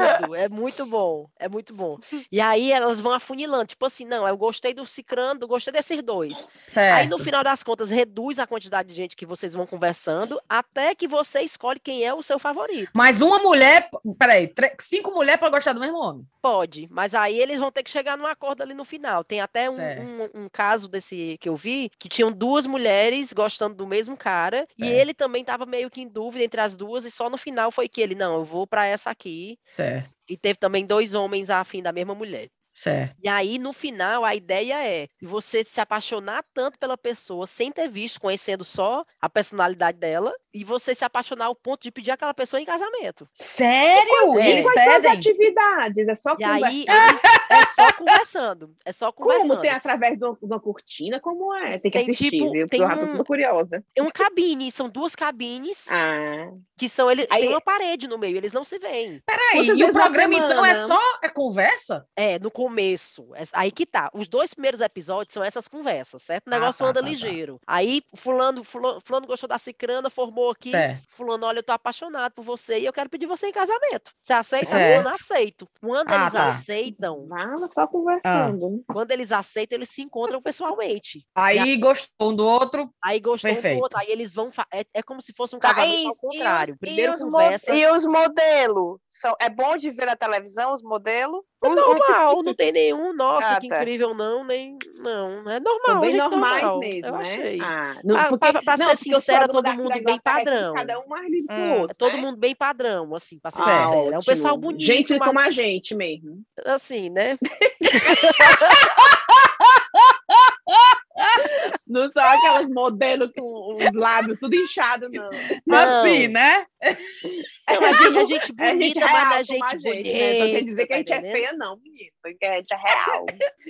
É muito bom. É muito bom. E aí elas vão afunilando. Tipo assim, não, eu gostei do cicrano, gostei desses dois. Certo. Aí, no final das contas, reduz a quantidade de gente que vocês vão conversando, até que você escolhe quem é o seu favorito. Mas uma mulher... Peraí, 5 mulheres podem gostar do mesmo homem? Pode, mas aí eles vão ter que chegar num acordo ali no final. Tem até um caso desse que eu vi, que tinham 2 mulheres gostando do mesmo cara, e ele também estava meio que em dúvida entre as duas, e só no final foi que ele, não, eu vou para essa aqui. Certo. E teve também 2 homens afim da mesma mulher. Certo. E aí, no final, a ideia é você se apaixonar tanto pela pessoa sem ter visto, conhecendo só a personalidade dela, e você se apaixonar ao ponto de pedir aquela pessoa em casamento. Sério? É. Eles Quais são as pedem? atividades? É só E aí, conversar? é só conversando. É só Como? conversando. Tem através de uma cortina? Como é? Tem que Tem, assistir, tipo, viu? tem Eu já tô toda curiosa. Tem uma cabine, são 2 cabines Ah, que são tem aí, uma parede no meio, eles não se veem. Peraí, quantas e o vezes na programa então é semana? só conversa? No começo. Aí que tá. Os 2 primeiros episódios são essas conversas, certo? O negócio anda ligeiro. Aí fulano gostou da cicrana, formou aqui. Certo. Fulano, olha, eu tô apaixonado por você e eu quero pedir você em casamento. Você aceita? Certo. Fulano, aceito. Quando Ah, eles tá. aceitam, Vá só conversando. quando eles aceitam, eles se encontram pessoalmente. Aí gostou um do outro. Aí gostou um do Perfeito. outro, aí eles vão. É como se fosse um casamento ao contrário. Primeiro e conversa. E os modelos? É bom de ver na televisão os modelos? Normal, não tem nenhum, nossa, Ah, que tá. incrível, não, nem. Não, é São normal, bem gente normais normal. mesmo, Eu né? achei. Porque Pra ser os sincera, programas todo daqui da mundo bem Inglaterra é tudo padrão. cada um mais lindo que o É outro, todo né? mundo bem padrão, assim, pra ser Certo. sincera. É um pessoal Ótimo. bonito, Gente mas como a gente mesmo. assim, né? Não são aquelas modelos com os lábios tudo inchado, não. Assim, né? Não, é gente bonita, mas não é real como gente a bonita. gente, né? Então quer dizer que a tá gente é entendendo? feia, não, menino. Que a gente é real.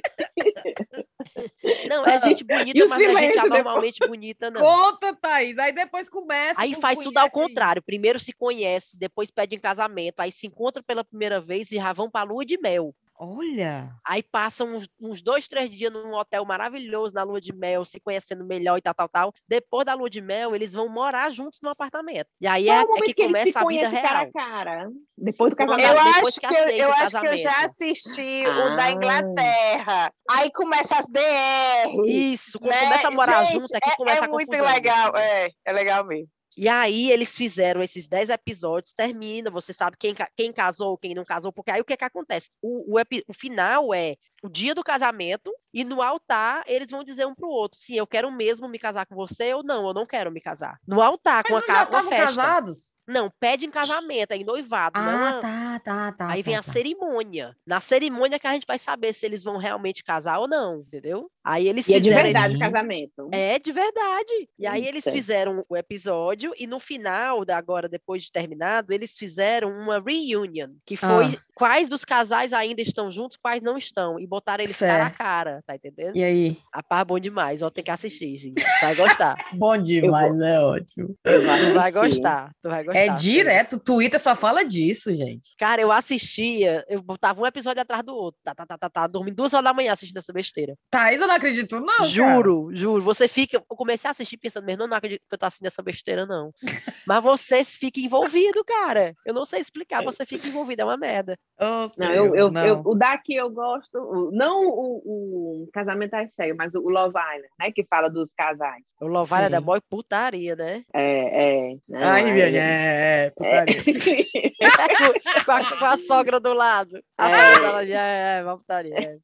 Não, é gente bonita, E o mas não é gente silêncio anormalmente bonita, não. Conta, Thaís. Aí depois começa. Aí faz tudo ao contrário. Primeiro se conhece, depois pede em casamento, aí se encontra pela primeira vez e já vão pra lua de mel. Olha. Aí passam uns 2, 3 dias num hotel maravilhoso na lua de mel, se conhecendo melhor e tal. Depois da lua de mel, eles vão morar juntos no apartamento. E aí Qual é o é momento que que eles se começa a vida conhecem cara real. a cara? Depois do casamento. Depois que aceita eu o acho que eu já casamento. assisti o da Inglaterra. Aí começa as DR. Isso, quando né? começa a morar Gente, junto é que começa a muito confusão. legal. Assim. É legal mesmo. E aí eles fizeram esses 10 episódios, termina, você sabe quem casou, quem não casou, porque aí o que acontece? O final é o dia do casamento e no altar eles vão dizer um pro outro, sim, eu quero mesmo me casar com você ou não, eu não quero me casar. No altar, Mas com eles já uma estavam festa. casados? Não, pede em casamento, é em noivado. Tá. Aí vem a cerimônia. Na cerimônia que a gente vai saber se eles vão realmente casar ou não, entendeu? Aí eles E fizeram é de verdade o casamento. É de verdade. E aí eles Eita. fizeram o episódio e no final, agora depois de terminado, eles fizeram uma reunion, que foi quais dos casais ainda estão juntos, quais não estão, e botaram eles cara a cara, tá entendendo? E aí? A par bom demais, ó, tem que assistir, sim. Vai gostar. Bom demais, é ótimo. Eu vou Tu vai assistir. gostar, tu vai gostar. É direto, o Twitter só fala disso, gente. Cara, eu assistia, eu botava um episódio atrás do outro, dormindo 2 horas da manhã assistindo essa besteira. Thaís, eu não acredito não, Juro. Você fica, eu comecei a assistir pensando, mas não acredito que eu tô assistindo essa besteira, não. Mas você fica envolvido, cara. Eu não sei explicar, você fica envolvido, é uma merda. Não, o daqui eu gosto, não o Casamento às Cegas, mas o Love Island, né, que fala dos casais. O Love Island é mó putaria, né? Ai, minha, putaria. com a sogra do lado. A sogra dela já é uma putaria.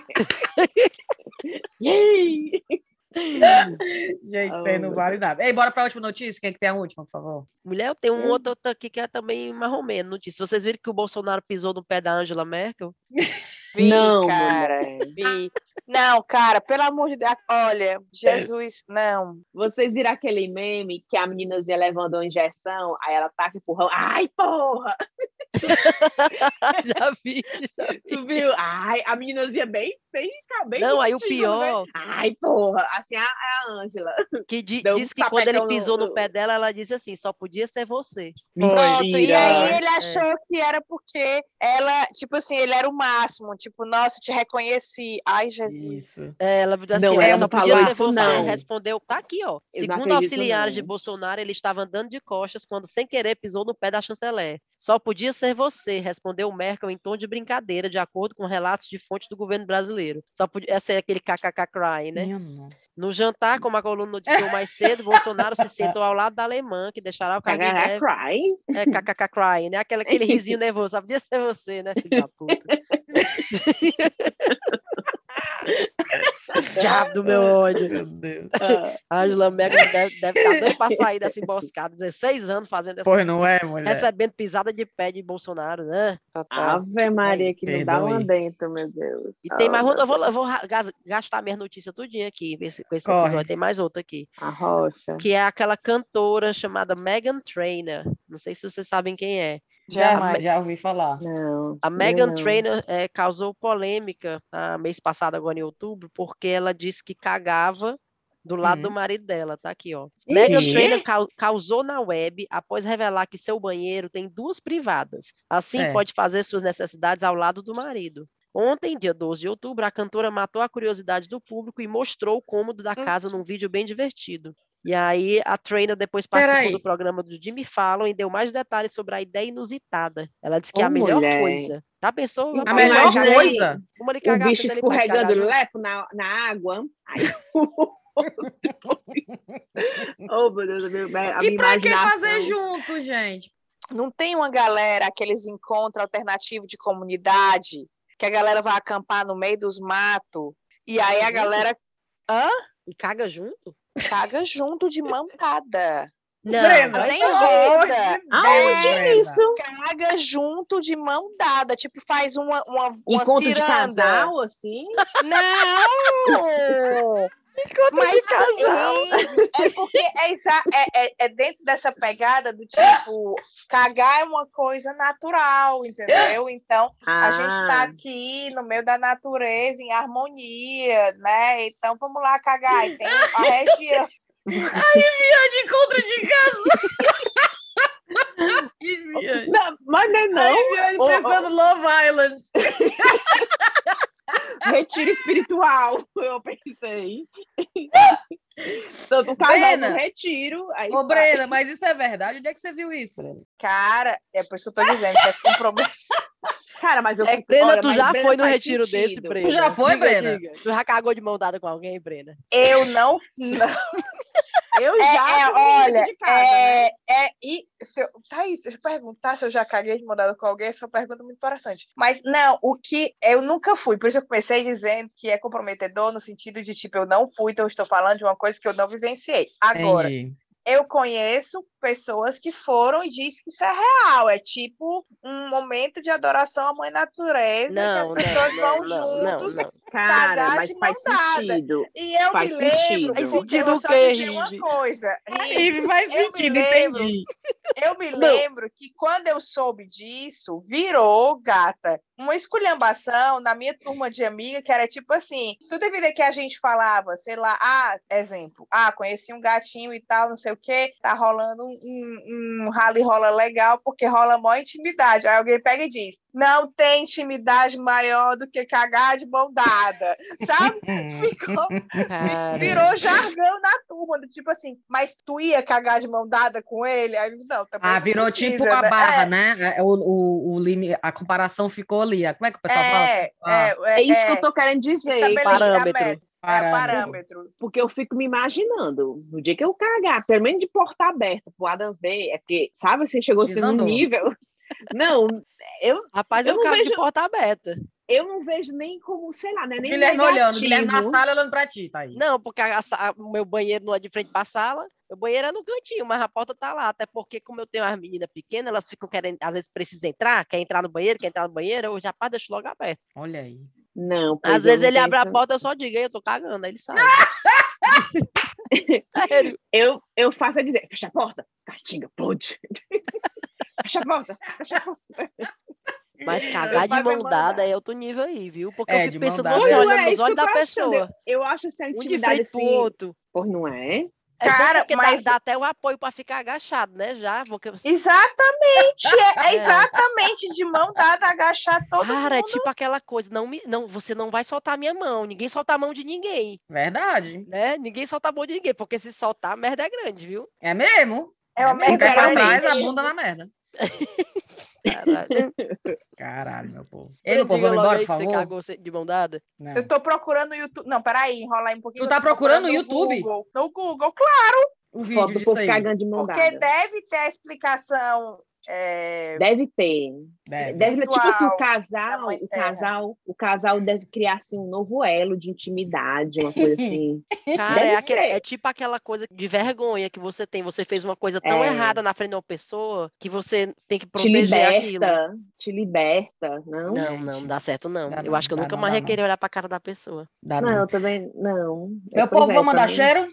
Gente, isso aí não vale nada. Ei, bora pra última notícia. Quem é que tem a última, por favor? Mulher, eu tenho um outro aqui que é também marromeno notícia. Vocês viram que o Bolsonaro pisou no pé da Angela Merkel? Vi, Não, cara, vi. Não, cara, pelo amor de Deus, olha, Jesus, não. Vocês viram aquele meme que a meninazinha levando uma injeção, aí ela taca empurrão. Ai, porra! Já vi. Tu viu? Ai, a meninazinha bem não, aí o contigo, pior... Né? Ai, porra! Assim, a Ângela. Que disse que quando ele pisou no pé dela, ela disse assim, só podia ser você. Pronto, e aí ele achou que era porque ela, tipo assim, ele era o máximo, tipo, nossa, te reconheci. Ai, Jesus. Isso. Ela disse assim, Não, ela ela só não podia falou ser isso, você. não. Respondeu, tá aqui, ó. Eu não Segundo acredito, auxiliares de não. Bolsonaro, ele estava andando de costas quando, sem querer, pisou no pé da chanceler. Só podia ser você, respondeu Merkel em tom de brincadeira, de acordo com relatos de fontes do governo brasileiro. Só podia... Essa é aquele kkk crying, né? No jantar, como a coluna noticiou mais cedo, Bolsonaro se sentou ao lado da alemã, que deixará o cargo em breve. É kkk crying, né? Aquele risinho nervoso. Só podia ser você, né, filho da puta? Diabo do meu ódio. Meu Deus. A Angela Merkel deve estar doida pra sair dessa emboscada. 16 anos fazendo essa. Pois não é, mulher? Recebendo pisada de pé de Bolsonaro, né? Ave Maria, que não dá perdoe. um dentro, meu Deus. E tem mais meu outra, Deus. eu vou gastar minhas notícias tudinho aqui com esse Corre. episódio. Tem mais outra aqui. A rocha. Que é aquela cantora chamada Meghan Trainor. Não sei se vocês sabem quem é. Jamais. Já ouvi falar. Não. A Meghan não. Trainor causou polêmica mês passado, agora em outubro, porque ela disse que cagava do lado do marido dela. Tá aqui, ó. Meghan Trainor causou na web após revelar que seu banheiro tem 2 privadas. Assim, pode fazer suas necessidades ao lado do marido. Ontem, dia 12 de outubro, a cantora matou a curiosidade do público e mostrou o cômodo da casa num vídeo bem divertido. E aí, a Trainor depois participou do programa do Jimmy Fallon e deu mais detalhes sobre a ideia inusitada. Ela disse que é a melhor coisa. Já pensou? A melhor coisa? O bicho escorregando lepo na água. Aí, oh, meu Deus, e pra que fazer junto, gente? Não tem uma galera, aqueles encontros alternativos de comunidade, que a galera vai acampar no meio dos matos, e aí a galera... Hã? E caga junto? Caga junto de mão dada. Não, Brenda, nem roda. Aonde é isso? Caga junto de mão dada. Tipo, faz uma encontro ciranda. De casal, assim? Não! Encontro de casal. É porque é dentro dessa pegada do tipo, cagar é uma coisa natural, entendeu? Então, a gente tá aqui no meio da natureza, em harmonia, né? Então, vamos lá cagar. E tem a região... Ai, Viane, encontro de casa. Não, mas não. Ai, Viane, pensando Love Island. Retiro espiritual, eu pensei. Tanto casal no retiro. Aí ô, Brena, mas isso é verdade? Onde é que você viu isso, Brena? Cara, é por isso que eu tô dizendo, que é compromisso. Cara, mas eu fico... Brena, tu já foi no retiro desse, Brena? Tu já foi, Brena? Tu já cagou de mão dada com alguém, Brena? Eu não. Eu já olha, de casa, né? se eu perguntar se eu já caguei de mão dada com alguém, essa é uma pergunta muito interessante. Mas não, o que eu nunca fui, por isso eu comecei dizendo que é comprometedor no sentido de tipo, eu não fui, então eu estou falando de uma coisa que eu não vivenciei. Agora, eu conheço pessoas que foram e dizem que isso é real. É tipo um momento de adoração à mãe natureza, que as pessoas vão juntos. Cara, mas faz sentido. E eu faz me lembro, sentido. Faz sentido o quê, uma coisa. Faz sentido, entendi. Eu me lembro que quando eu soube disso, virou, gata, uma esculhambação na minha turma de amiga, que era tipo assim, toda a vida que a gente falava, sei lá, exemplo, conheci um gatinho e tal, não sei o quê, tá rolando um rally-rola legal, porque rola maior intimidade. Aí alguém pega e diz, não tem intimidade maior do que cagar de mão dada, sabe? Virou jargão na turma, do tipo assim, mas tu ia cagar de mão dada com ele? Aí, não, também virou precisa, tipo a barra, né? A comparação ficou ali. Como é que o pessoal fala? É isso que eu tô querendo dizer. Parâmetro. Porque eu fico me imaginando, no dia que eu cagar, pelo menos de porta aberta, pro Adam ver, é porque, sabe, assim, chegou assim num nível... Não, Rapaz, eu cago de porta aberta. Eu não vejo nem como, sei lá, né? Nem Guilherme negativo. olhando, Guilherme na sala olhando pra ti, tá aí. Não, porque o meu banheiro não é de frente pra sala, meu banheiro é no cantinho, mas a porta tá lá, até porque como eu tenho as meninas pequenas, elas ficam querendo, às vezes precisam entrar, quer entrar no banheiro, eu já deixo logo aberto. Olha aí. Não, às vezes ele abre a porta, eu só digo, eu tô cagando, aí ele sai. Sério. Eu faço a dizer, fecha a porta, castiga, pode. Fecha a porta. Mas cagar de mão dada é outro nível aí, viu? Porque eu fico pensando, você olhando nos olhos da pessoa. Eu acho essa intimidade assim... pro outro. Pois não é? Cara, mas dá até o apoio para ficar agachado, né? Já, porque você... Exatamente, exatamente de mão dada, agachar todo mundo. Cara, é tipo aquela coisa, você não vai soltar a minha mão, ninguém solta a mão de ninguém. Verdade. Né? Ninguém solta a mão de ninguém, porque se soltar, a merda é grande, viu? É mesmo. É uma merda pra trás, a bunda na merda. Caralho, meu povo. Ei, meu povo, vamos embora, por favor. Você cagou de mão dada? Não. Eu tô procurando no YouTube. Não, peraí, enrolar aí um pouquinho. Tu tá procurando no YouTube? No Google, claro. O vídeo do povo cagando de mão dada. Porque deve ter a explicação Deve ter. Deve tipo assim, o casal deve criar assim, um novo elo de intimidade, uma coisa assim. Cara, Deve ser. é tipo aquela coisa de vergonha que você tem. Você fez uma coisa tão errada na frente de uma pessoa que você tem que proteger aquilo. Te liberta. Não, Não dá certo, não. Dá Eu não, acho que eu dá nunca não, mais dá ia querer olhar pra cara da pessoa. Dá não, não. eu também não. Meu Pois povo, vamos mandar também. cheiro?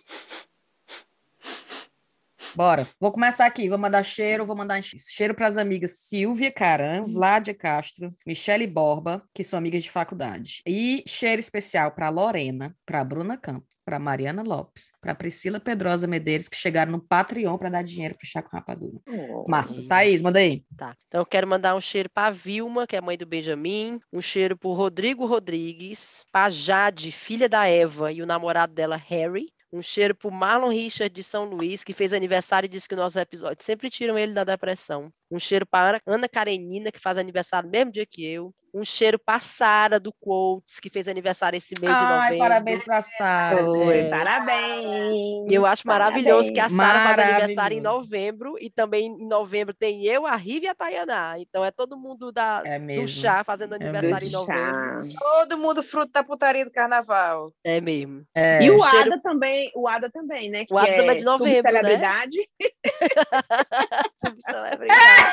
Bora. Vou começar aqui. Vou mandar cheiro para as amigas Silvia Caram, Vládia Castro, Michele Borba, que são amigas de faculdade. E cheiro especial para Lorena, para Bruna Campos, para Mariana Lopes, para Priscila Pedrosa Medeiros, que chegaram no Patreon para dar dinheiro para Chá com Rapadura. Massa. Thaís, manda aí. Tá. Então eu quero mandar um cheiro pra Vilma, que é mãe do Benjamin, um cheiro pro Rodrigo Rodrigues, pra Jade, filha da Eva, e o namorado dela, Harry. Um cheiro pro Marlon Richard de São Luís, que fez aniversário e disse que nossos episódios sempre tiram ele da depressão. Um cheiro para Ana Karenina, que faz aniversário no mesmo dia que eu. Um cheiro para Sara do Quotes, que fez aniversário esse mês de novembro. Parabéns para Sara. Parabéns. E eu acho maravilhoso que a Sara faz aniversário em Maravilhoso. novembro, e também em novembro tem eu, a Rive e a Tayaná. Então é todo mundo do mesmo. chá fazendo aniversário em novembro. Todo mundo fruto da putaria do carnaval. É mesmo. E o cheiro- Ada também, né? Que O Ada também é de novembro, subcelebridade. Subcelebridade.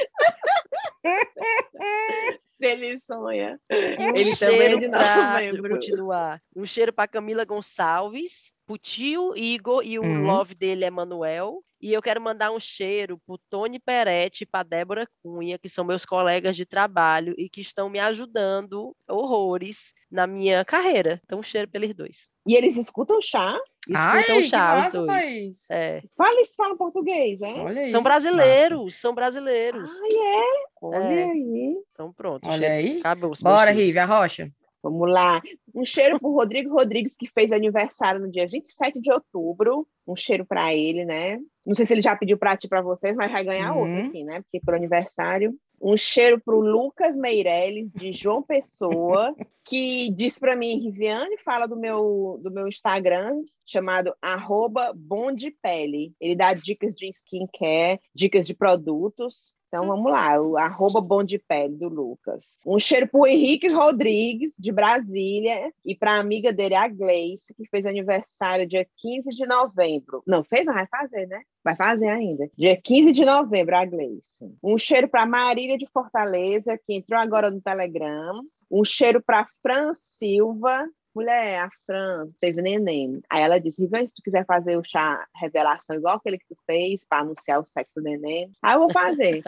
Ele sonha. Um Ele também é de pra novembro. continuar. Um cheiro para Camila Gonçalves, pro tio Igor e o love dele é Manuel. E eu quero mandar um cheiro pro Tony Peretti e pra Débora Cunha, que são meus colegas de trabalho e que estão me ajudando horrores na minha carreira. Então, um cheiro pra eles dois. E eles escutam chá? Escutam chá, os massa, dois. Thaís. Falam português, é? Olha aí. São brasileiros, são brasileiros. Olha aí. Então pronto. Olha aí. Acabou. Bora, Rive, a rocha. Vamos lá. Um cheiro pro Rodrigo Rodrigues, que fez aniversário no dia 27 de outubro. Um cheiro para ele, né? Não sei se ele já pediu para ti, para vocês, mas vai ganhar outro aqui, né? Porque por aniversário. Um cheiro pro Lucas Meirelles, de João Pessoa, que diz para mim, Riviane, fala do meu Instagram, chamado @bondepele. Ele dá dicas de skincare, dicas de produtos. Então, vamos lá, o @bondepele do Lucas. Um cheiro pro Henrique Rodrigues, de Brasília, e para a amiga dele, a Gleice, que fez aniversário dia 15 de novembro. Não, fez? Não, vai fazer, né? Vai fazer ainda. Dia 15 de novembro, a Gleice. Um cheiro para Marília de Fortaleza, que entrou agora no Telegram. Um cheiro para Fran Silva. Mulher, a Fran teve neném. Aí ela disse, Rivan, se tu quiser fazer o chá revelação igual aquele que tu fez para anunciar o sexo do neném, aí eu vou fazer.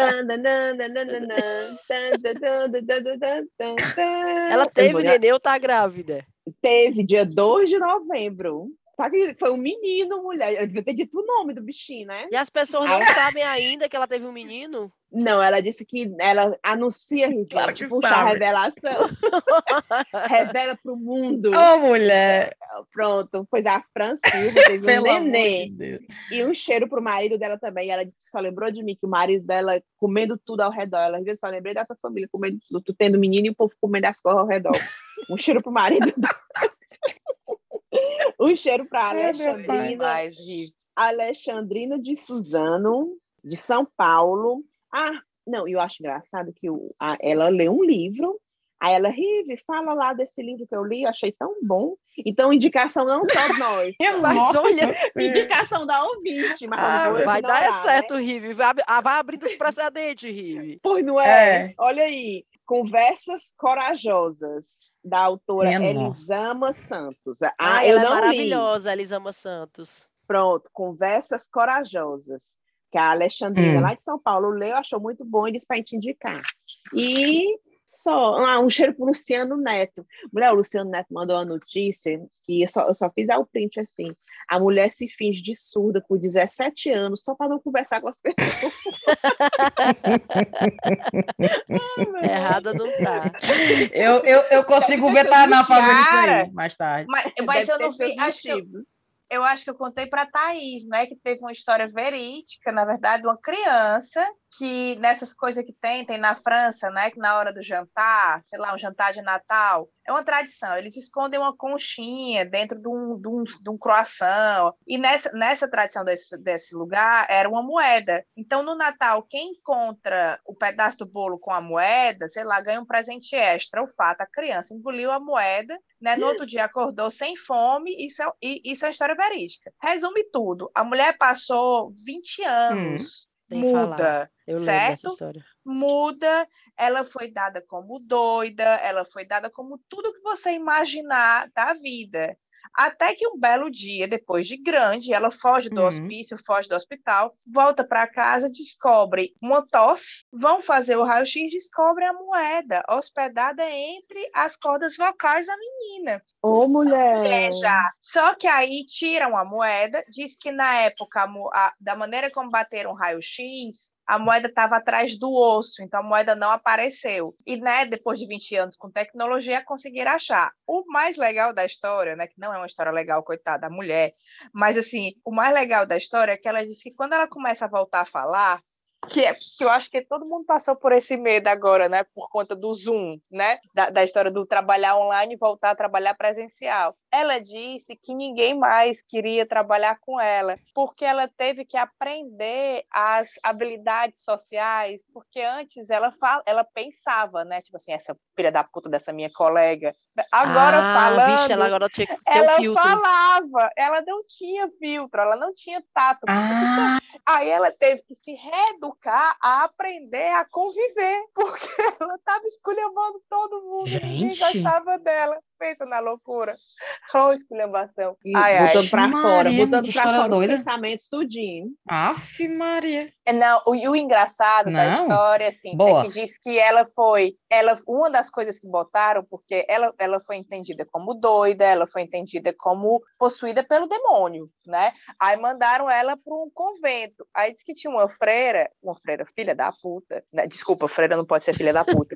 Ela teve neném ou tá grávida? Teve, dia 2 de novembro. Sabe que foi um menino, mulher. Eu devia ter dito o nome do bichinho, né? E as pessoas não sabem ainda que ela teve um menino? Não, ela disse que ela anuncia, Claro que puxa sabe. a revelação. Revela pro mundo. Ô, mulher. Pronto, pois a Fran Silva teve um Pelo amor neném. de Deus. E um cheiro pro marido dela também. E ela disse que só lembrou de mim, que o marido dela comendo tudo ao redor. Ela disse, só lembrei da tua família comendo tudo. Tu tendo menino e o povo comendo as coisas ao redor. Um cheiro pro marido dela. Um cheiro para Alexandrina de Suzano, de São Paulo. Não, eu acho engraçado que ela lê um livro, aí ela, Rive, fala lá desse livro que eu li, eu achei tão bom. Então, indicação não só de nós, mas olha, indicação da ouvinte. Mas vai dar certo, né? Rive. Vai abrindo os precedentes, Rive. Pois não é? Olha aí. Conversas Corajosas, da autora Elisama Santos. Ela é maravilhosa, Elisama Santos. Pronto, Conversas Corajosas, que a Alexandrina, lá de São Paulo, leu, achou muito bom e disse para a gente indicar. E um cheiro para o Luciano Neto. Mulher, o Luciano Neto mandou uma notícia que eu só fiz o print assim. A mulher se finge de surda por 17 anos só para não conversar com as pessoas. Errada não tá. Eu consigo ver Tainá fazendo isso aí mais tarde. Mas eu não vi, eu acho que eu contei para a Thaís, né, que teve uma história verídica, na verdade, uma criança que nessas coisas que tem na França, né, que na hora do jantar, sei lá, um jantar de Natal, é uma tradição, eles escondem uma conchinha dentro de um croissant, e nessa tradição desse lugar era uma moeda. Então, no Natal, quem encontra o pedaço do bolo com a moeda, sei lá, ganha um presente extra. O fato, a criança engoliu a moeda, né, no outro dia acordou sem fome, isso é uma história verídica. Resume tudo, a mulher passou 20 anos, muda, eu lembro dessa certo? história. Muda, ela foi dada como doida, ela foi dada como tudo que você imaginar da vida. Até que um belo dia, depois de grande, ela foge do hospício, foge do hospital, volta para casa, descobre uma tosse, vão fazer o raio-x, descobrem a moeda hospedada entre as cordas vocais da menina. Ô, mulher! Já. Só que aí tiram a moeda, diz que na época, da maneira como bateram o raio-x, a moeda estava atrás do osso, então a moeda não apareceu. E, né, depois de 20 anos com tecnologia, conseguiram achar. O mais legal da história, né, que não é uma história legal, coitada da mulher, mas, assim, o mais legal da história é que ela disse que quando ela começa a voltar a falar, que eu acho que todo mundo passou por esse medo agora, né, por conta do Zoom, né, da história do trabalhar online e voltar a trabalhar presencial. Ela disse que ninguém mais queria trabalhar com ela, porque ela teve que aprender as habilidades sociais, porque antes ela pensava, né, tipo assim, essa filha da puta dessa minha colega, agora falando, vixe, ela agora tinha que ter ela um filtro. falava, ela não tinha filtro, ela não tinha tato, aí ela teve que se reeducar a aprender a conviver, porque ela estava esculhambando todo mundo, ninguém gostava dela. Pensa na loucura. Olha a esculhambação. Botando pra fora, Botando pra fora os pensamentos tudinho. Aff, Maria. Não, o engraçado da história, assim, é que diz que uma das coisas que botaram, porque ela foi entendida como doida, ela foi entendida como possuída pelo demônio, né? Aí mandaram ela para um convento. Aí diz que tinha uma freira filha da puta, né? Desculpa, freira não pode ser filha da puta.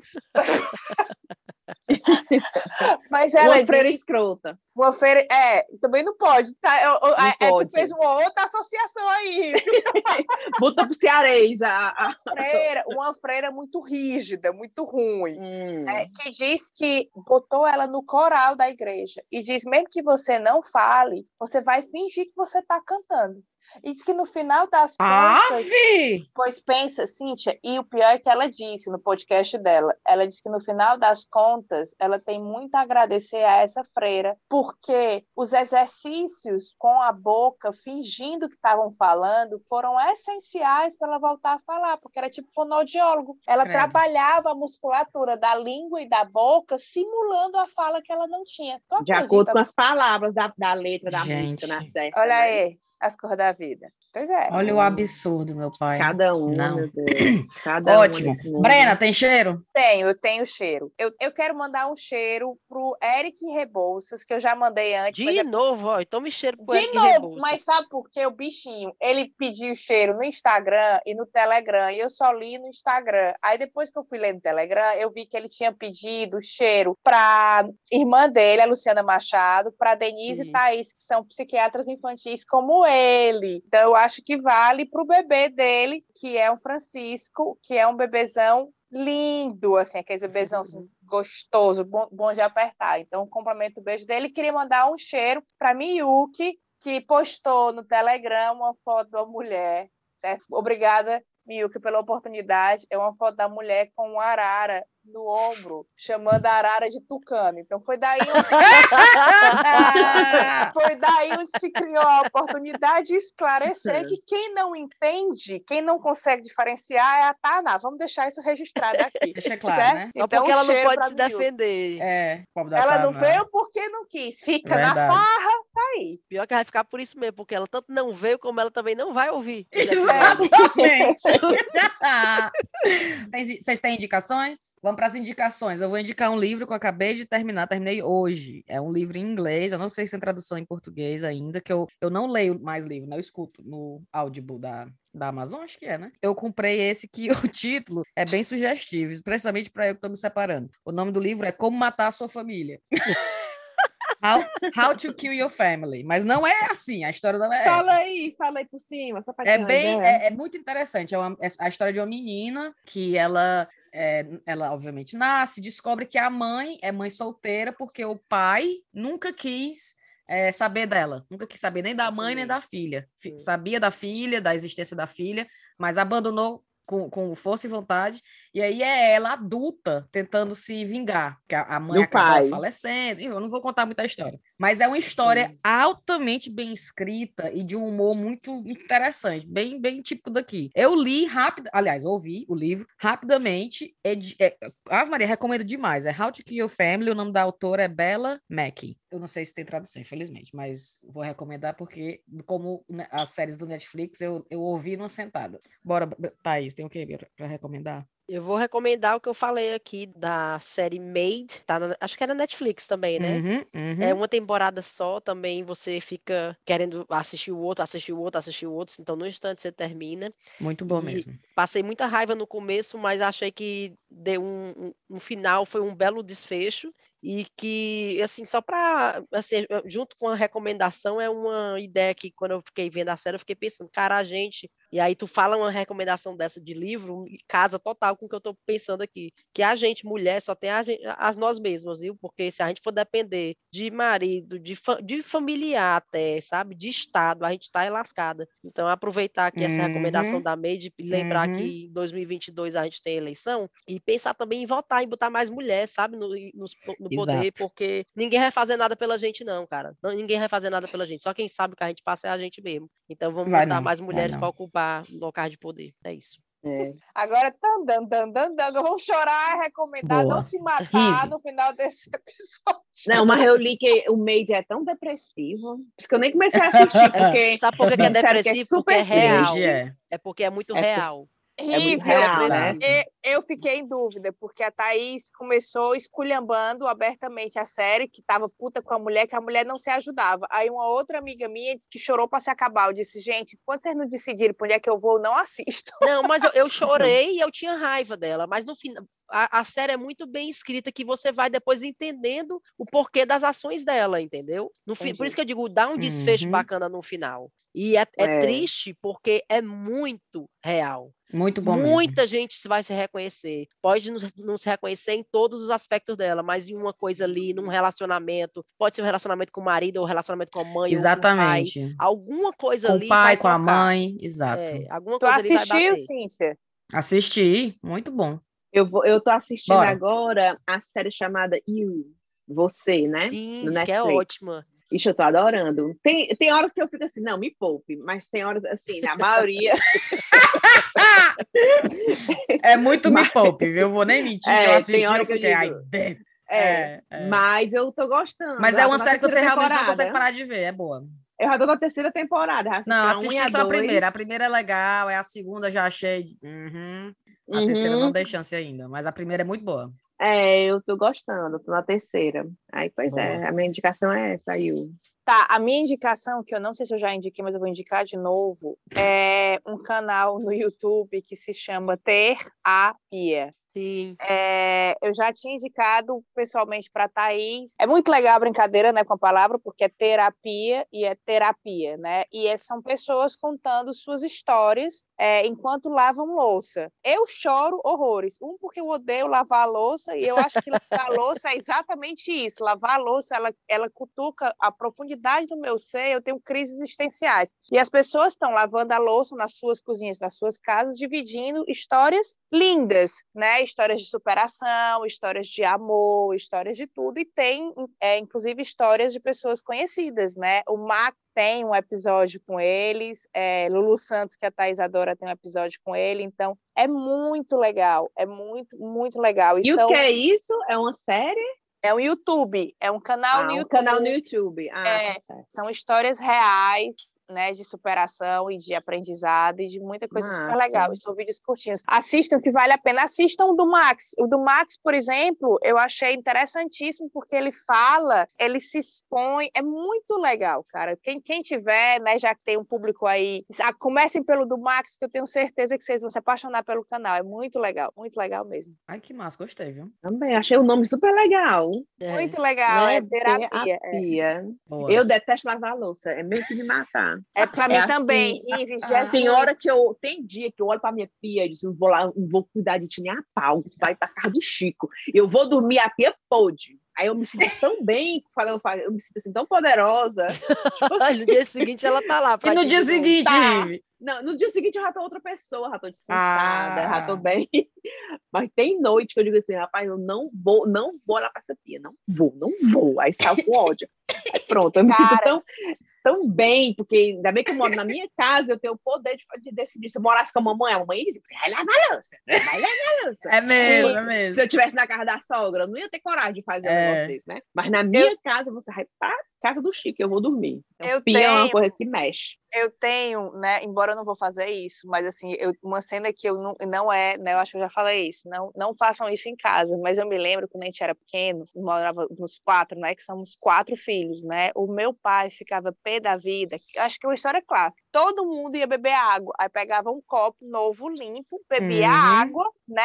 Mas ela uma freira escrota. Uma freira, também não pode, tá? Tu fez uma outra associação aí. Bota pro cearês. Uma freira muito rígida, muito ruim, que diz que botou ela no coral da igreja e diz, mesmo que você não fale, você vai fingir que você está cantando. E diz que no final das contas... Pois pensa, Cíntia, e o pior é que ela disse no podcast dela, ela disse que no final das contas, ela tem muito a agradecer a essa freira, porque os exercícios com a boca, fingindo que estavam falando, foram essenciais para ela voltar a falar, porque era tipo fonoaudiólogo. Ela trabalhava a musculatura da língua e da boca, simulando a fala que ela não tinha. De acordo com as palavras da letra da música, na certa. Olha aí. As cores da vida. Pois é. Olha o absurdo, meu pai. Cada um, não. Meu Deus. Ótimo. Brena, tem cheiro? Eu tenho cheiro. Eu quero mandar um cheiro pro Eric Rebouças, que eu já mandei antes. De novo, ó. Então me cheiro pro Eric Rebouças. De novo, mas sabe por quê? O bichinho, ele pediu cheiro no Instagram e no Telegram, e eu só li no Instagram. Aí depois que eu fui ler no Telegram, eu vi que ele tinha pedido cheiro pra irmã dele, a Luciana Machado, pra Denise e Thaís, que são psiquiatras infantis como ele. Então eu acho que vale pro bebê dele, que é um Francisco, que é um bebezão lindo, assim, aquele bebezão assim, gostoso, bom de apertar. Então, complemento o beijo dele. Queria mandar um cheiro para Miyuki, que postou no Telegram uma foto da mulher, certo? Obrigada, Miyuki, pela oportunidade. É uma foto da mulher com uma arara no ombro, chamando a arara de tucano. Então foi daí onde se criou a oportunidade de esclarecer que quem não entende, quem não consegue diferenciar é a Taná. Vamos deixar isso registrado aqui. Deixa claro, certo? né? Então, porque ela não pode se defender. Ela não veio porque não quis. Fica na farra, tá aí. Pior que vai ficar por isso mesmo, porque ela tanto não veio como ela também não vai ouvir. Exatamente. Vocês têm indicações? Vamos para as indicações. Eu vou indicar um livro que eu acabei de terminar, terminei hoje. É um livro em inglês, eu não sei se tem tradução em português ainda, que eu não leio mais livro, né? Eu escuto no Audible da Amazon, acho que é, né? Eu comprei esse que o título é bem sugestivo, precisamente para eu que tô me separando. O nome do livro é Como Matar a Sua Família. How to Kill Your Family. Mas não é assim, a história não é Fala essa. aí por cima, só pra É ter uma bem, ideia. é muito interessante. É a história de uma menina que ela obviamente nasce, descobre que a mãe é mãe solteira porque o pai nunca quis saber dela, nunca quis saber nem da mãe nem da filha. Sabia da filha, da existência da filha, mas abandonou com força e vontade. E aí é ela adulta tentando se vingar, que a mãe Do acaba pai. falecendo. Eu não vou contar muita história, mas é uma história altamente bem escrita e de um humor muito interessante, bem típico daqui. Eu li rápido, aliás, ouvi o livro rapidamente. Ave Maria, recomendo demais. É How to Kill Your Family, o nome da autora é Bella Mackie. Eu não sei se tem tradução, infelizmente, mas vou recomendar porque, como as séries do Netflix, eu ouvi numa sentada. Bora, Thaís, tem o quê para recomendar? Eu vou recomendar o que eu falei aqui da série Made, acho que era Netflix também, né? É uma temporada só, também você fica querendo assistir o outro, então no instante você termina. Muito bom mesmo. Passei muita raiva no começo, mas achei que deu no final foi um belo desfecho. E que, assim, só para, assim, junto com a recomendação, é uma ideia que, quando eu fiquei vendo a série, eu fiquei pensando, cara, a gente... E aí tu fala uma recomendação dessa de livro, e casa total com o que eu tô pensando aqui. Que a gente, mulher, só tem as nós mesmas, viu? Porque se a gente for depender de marido, de familiar até, sabe? De estado, a gente tá lascada. Então, aproveitar aqui essa recomendação da Made e lembrar que em 2022 a gente tem eleição e pensar também em votar, em botar mais mulher, sabe? No poder, Exato. porque ninguém vai fazer nada pela gente, não, cara. Ninguém vai fazer nada pela gente. Só quem sabe o que a gente passa é a gente mesmo. Então vamos botar mais mulheres para ocupar locais de poder. É isso. Agora, vamos chorar, recomendar, não se matar no final desse episódio. Não, mas eu li que o Made é tão depressivo, por isso que eu nem comecei a assistir, porque... Sabe por que é depressivo? Porque é real. É porque é muito real. É muito real, né? Eu fiquei em dúvida, porque a Thaís começou esculhambando abertamente a série, que tava puta com a mulher, que a mulher não se ajudava. Aí uma outra amiga minha disse que chorou para se acabar. Eu disse, gente, quando vocês não decidirem por onde é que eu vou, não assisto. Não, mas eu chorei e eu tinha raiva dela, mas no final, a série é muito bem escrita, que você vai depois entendendo o porquê das ações dela, entendeu? Por isso que eu digo, dá um desfecho bacana no final. E é triste porque é muito real. Muito bom Muita mesmo. gente vai se reconhecer. Pode não se reconhecer em todos os aspectos dela, mas em uma coisa ali, num relacionamento, pode ser um relacionamento com o marido, ou um relacionamento com a mãe, Exatamente. ou com o pai. Alguma coisa com ali o pai, vai com tocar. a mãe, exato. Alguma Tu coisa ali vai assistiu, bater. Cíntia? Assisti, muito bom. Eu tô assistindo Bora. agora a série chamada You, Você, né? Sim, no isso que é Netflix. ótima. Ixi, eu tô adorando. Tem horas que eu fico assim, não, me poupe, mas tem horas assim, na maioria... É muito me poupe, viu? Eu vou nem mentir que eu assisti tem hora eu que eu fiquei, ai, digo, é. Mas eu tô gostando. Mas Já é tô uma na série que você terceira realmente não temporada. consegue parar de ver, é boa. Eu já tô na terceira temporada. Não, a assisti 1 e só a 2. primeira. A primeira é legal, a segunda já achei. A terceira não dei chance ainda, mas a primeira é muito boa. Eu tô gostando, tô na terceira. Aí, pois Boa. a minha indicação é essa, Yu. Tá, a minha indicação, que eu não sei se eu já indiquei, mas eu vou indicar de novo, é um canal no YouTube que se chama Terapia. Sim. Eu já tinha indicado pessoalmente para a Thaís. É muito legal a brincadeira, né, com a palavra, porque é terapia e é terapia, né? E são pessoas contando suas histórias enquanto lavam louça. Eu choro horrores. Porque eu odeio lavar a louça e eu acho que lavar a louça é exatamente isso. Lavar a louça, ela cutuca a profundidade do meu ser, eu tenho crises existenciais. E as pessoas estão lavando a louça nas suas cozinhas, nas suas casas, dividindo histórias lindas, né? Histórias de superação, histórias de amor, histórias de tudo, e tem, inclusive, histórias de pessoas conhecidas, né? O Mac tem um episódio com eles, Lulu Santos, que a Thaís adora, tem um episódio com ele, então é muito legal, é muito, muito legal. E o que é isso? É uma série? É um YouTube, é um canal no YouTube. Canal no YouTube. São histórias reais, né, de superação e de aprendizado e de muita coisa super Massa. legal. E são vídeos curtinhos. Assistam, que vale a pena. Assistam o do Max. O do Max, por exemplo, eu achei interessantíssimo porque ele fala, ele se expõe. É muito legal, cara. Quem tiver, né, já que tem um público aí, comecem pelo do Max, que eu tenho certeza que vocês vão se apaixonar pelo canal. É muito legal mesmo. Ai, que massa, gostei, viu? Também, achei o nome super legal. Muito legal, Né? é terapia. Terapia. Boa. Eu detesto lavar a louça, é meio que me matar. É pra mim assim, também. Ive, Tem hora que tem dia que eu olho pra minha pia e digo, não vou lá, não vou cuidar de ti nem a pau, vai pra casa do Chico. Eu vou dormir, a pia pôde. Aí eu me sinto tão bem, eu me sinto assim, tão poderosa. No dia seguinte ela tá lá. E no dia seguinte, Tá. Ive? Não, no dia seguinte eu já tô outra pessoa, já tô descansada, já tô bem. Mas tem noite que eu digo assim, rapaz, eu não vou lá pra essa pia, não vou. Aí saio com ódio. Aí pronto, eu me sinto tão bem, porque ainda bem que eu moro na minha casa, eu tenho o poder de decidir. Se eu morasse com a mamãe ia dizer, vai lavar a louça. É mesmo, é mesmo. Se eu estivesse na casa da sogra, eu não ia ter coragem de fazer um negócio desse, né? Mas na minha casa, você vai pra casa do Chico, eu vou dormir. Então, pia é uma coisa que mexe. Eu tenho, né, embora eu não vou fazer isso, mas assim, uma cena que eu não é, né, eu acho que eu já falei isso, não façam isso em casa, mas eu me lembro quando a gente era pequeno, morava nos 4, né, que somos 4 filhos, né, o meu pai ficava pé da vida, acho que é uma história clássica, todo mundo ia beber água, aí pegava um copo novo, limpo, bebia água, né,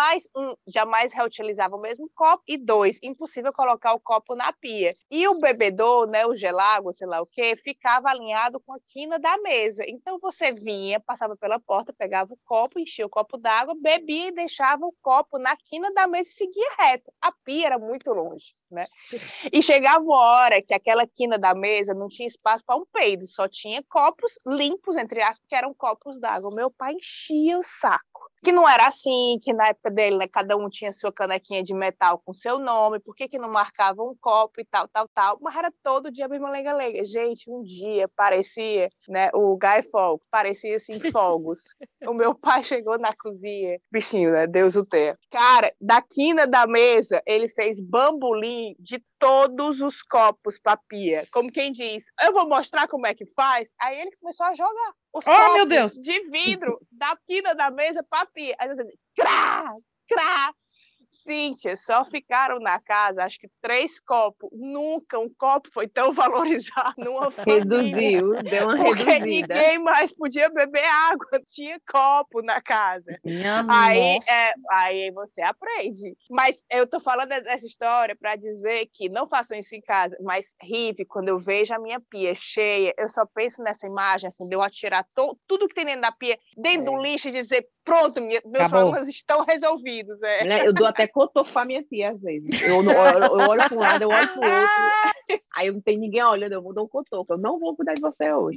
jamais reutilizava o mesmo copo, e 2, impossível colocar o copo na pia, e o bebedor, né, o gelágua, sei lá o que, ficava alinhado com a quina da mesa. Então você vinha, passava pela porta, pegava o copo, enchia o copo d'água, bebia e deixava o copo na quina da mesa e seguia reto. A pia era muito longe, né? E chegava uma hora que aquela quina da mesa não tinha espaço para um peido, só tinha copos limpos, entre aspas, que eram copos d'água. Meu pai enchia o saco. Que não era assim, que na época dele, né, cada um tinha sua canequinha de metal com seu nome, por que não marcava um copo e tal, mas era todo dia a mesma lenga-lenga. Gente, um dia parecia, né, o Guy Fawkes, parecia assim, fogos. O meu pai chegou na cozinha, bichinho, né, Deus o tenha. Cara, da quina da mesa, ele fez bambolim de todos os copos pra pia. Como quem diz, eu vou mostrar como é que faz. Aí ele começou a jogar os copos meu Deus, de vidro da quina da mesa pra pia. Aí você, crá, crá. Cíntia, só ficaram na casa, acho que 3 copos. Nunca um copo foi tão valorizado numa família. Reduziu, deu uma porque reduzida. Ninguém mais podia beber água, tinha copo na casa. Minha Aí, nossa. aí você aprende. Mas eu tô falando dessa história para dizer que não façam isso em casa, mas, Rive, quando eu vejo a minha pia cheia, eu só penso nessa imagem, assim, de eu atirar tudo que tem dentro da pia, dentro do lixo e dizer, pronto, meus problemas estão resolvidos. Eu dou até cotoco com a minha tia, às vezes. Eu olho para um lado, eu olho para o outro. Aí não tem ninguém olhando, eu vou dar um cotoco. Eu não vou cuidar de você hoje.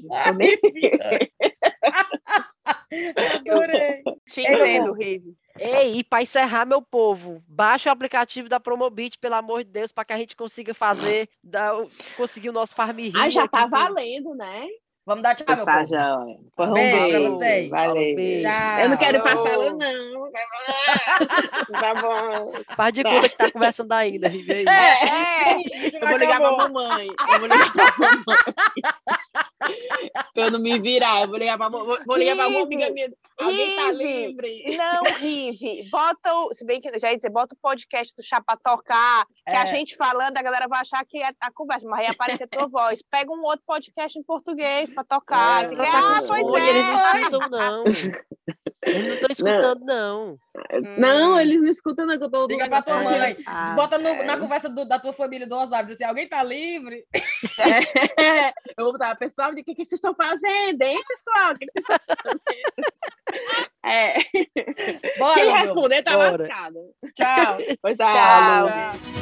Adorei. Te entendo, Rive. Ei, e para encerrar, meu povo, baixa o aplicativo da Promobit, pelo amor de Deus, para que a gente consiga conseguir o nosso Farm Rio. Ah, já tá valendo, né? Vamos dar tchau, meu povo. Já. Beijo pra vocês. Valeu. Beijo. Eu não quero passá-lo, não. Tá bom. Faz de conta que tá conversando ainda, Rive. Eu vou ligar pra mamãe. Pra eu não me virar. Eu vou ligar pra uma amiga minha. Alguém tá livre? Não, Rive. Se bem que já ia dizer, bota o podcast do Chá pra tocar, que a gente falando, a galera vai achar que é a conversa, mas aí aparece a tua voz. Pega um outro podcast em português pra tocar. Eles não escutam, não. Eles não estão escutando, não. Não, eles não escutam, não. Liga pra tua mãe. Bota na conversa da tua família do WhatsApp, diz assim, alguém tá livre? Eu vou botar, pessoal, o que vocês estão fazendo, hein, pessoal? O que vocês estão fazendo? Bora, quem responder tá bora. lascado. Tchau. Pois tá. Tchau.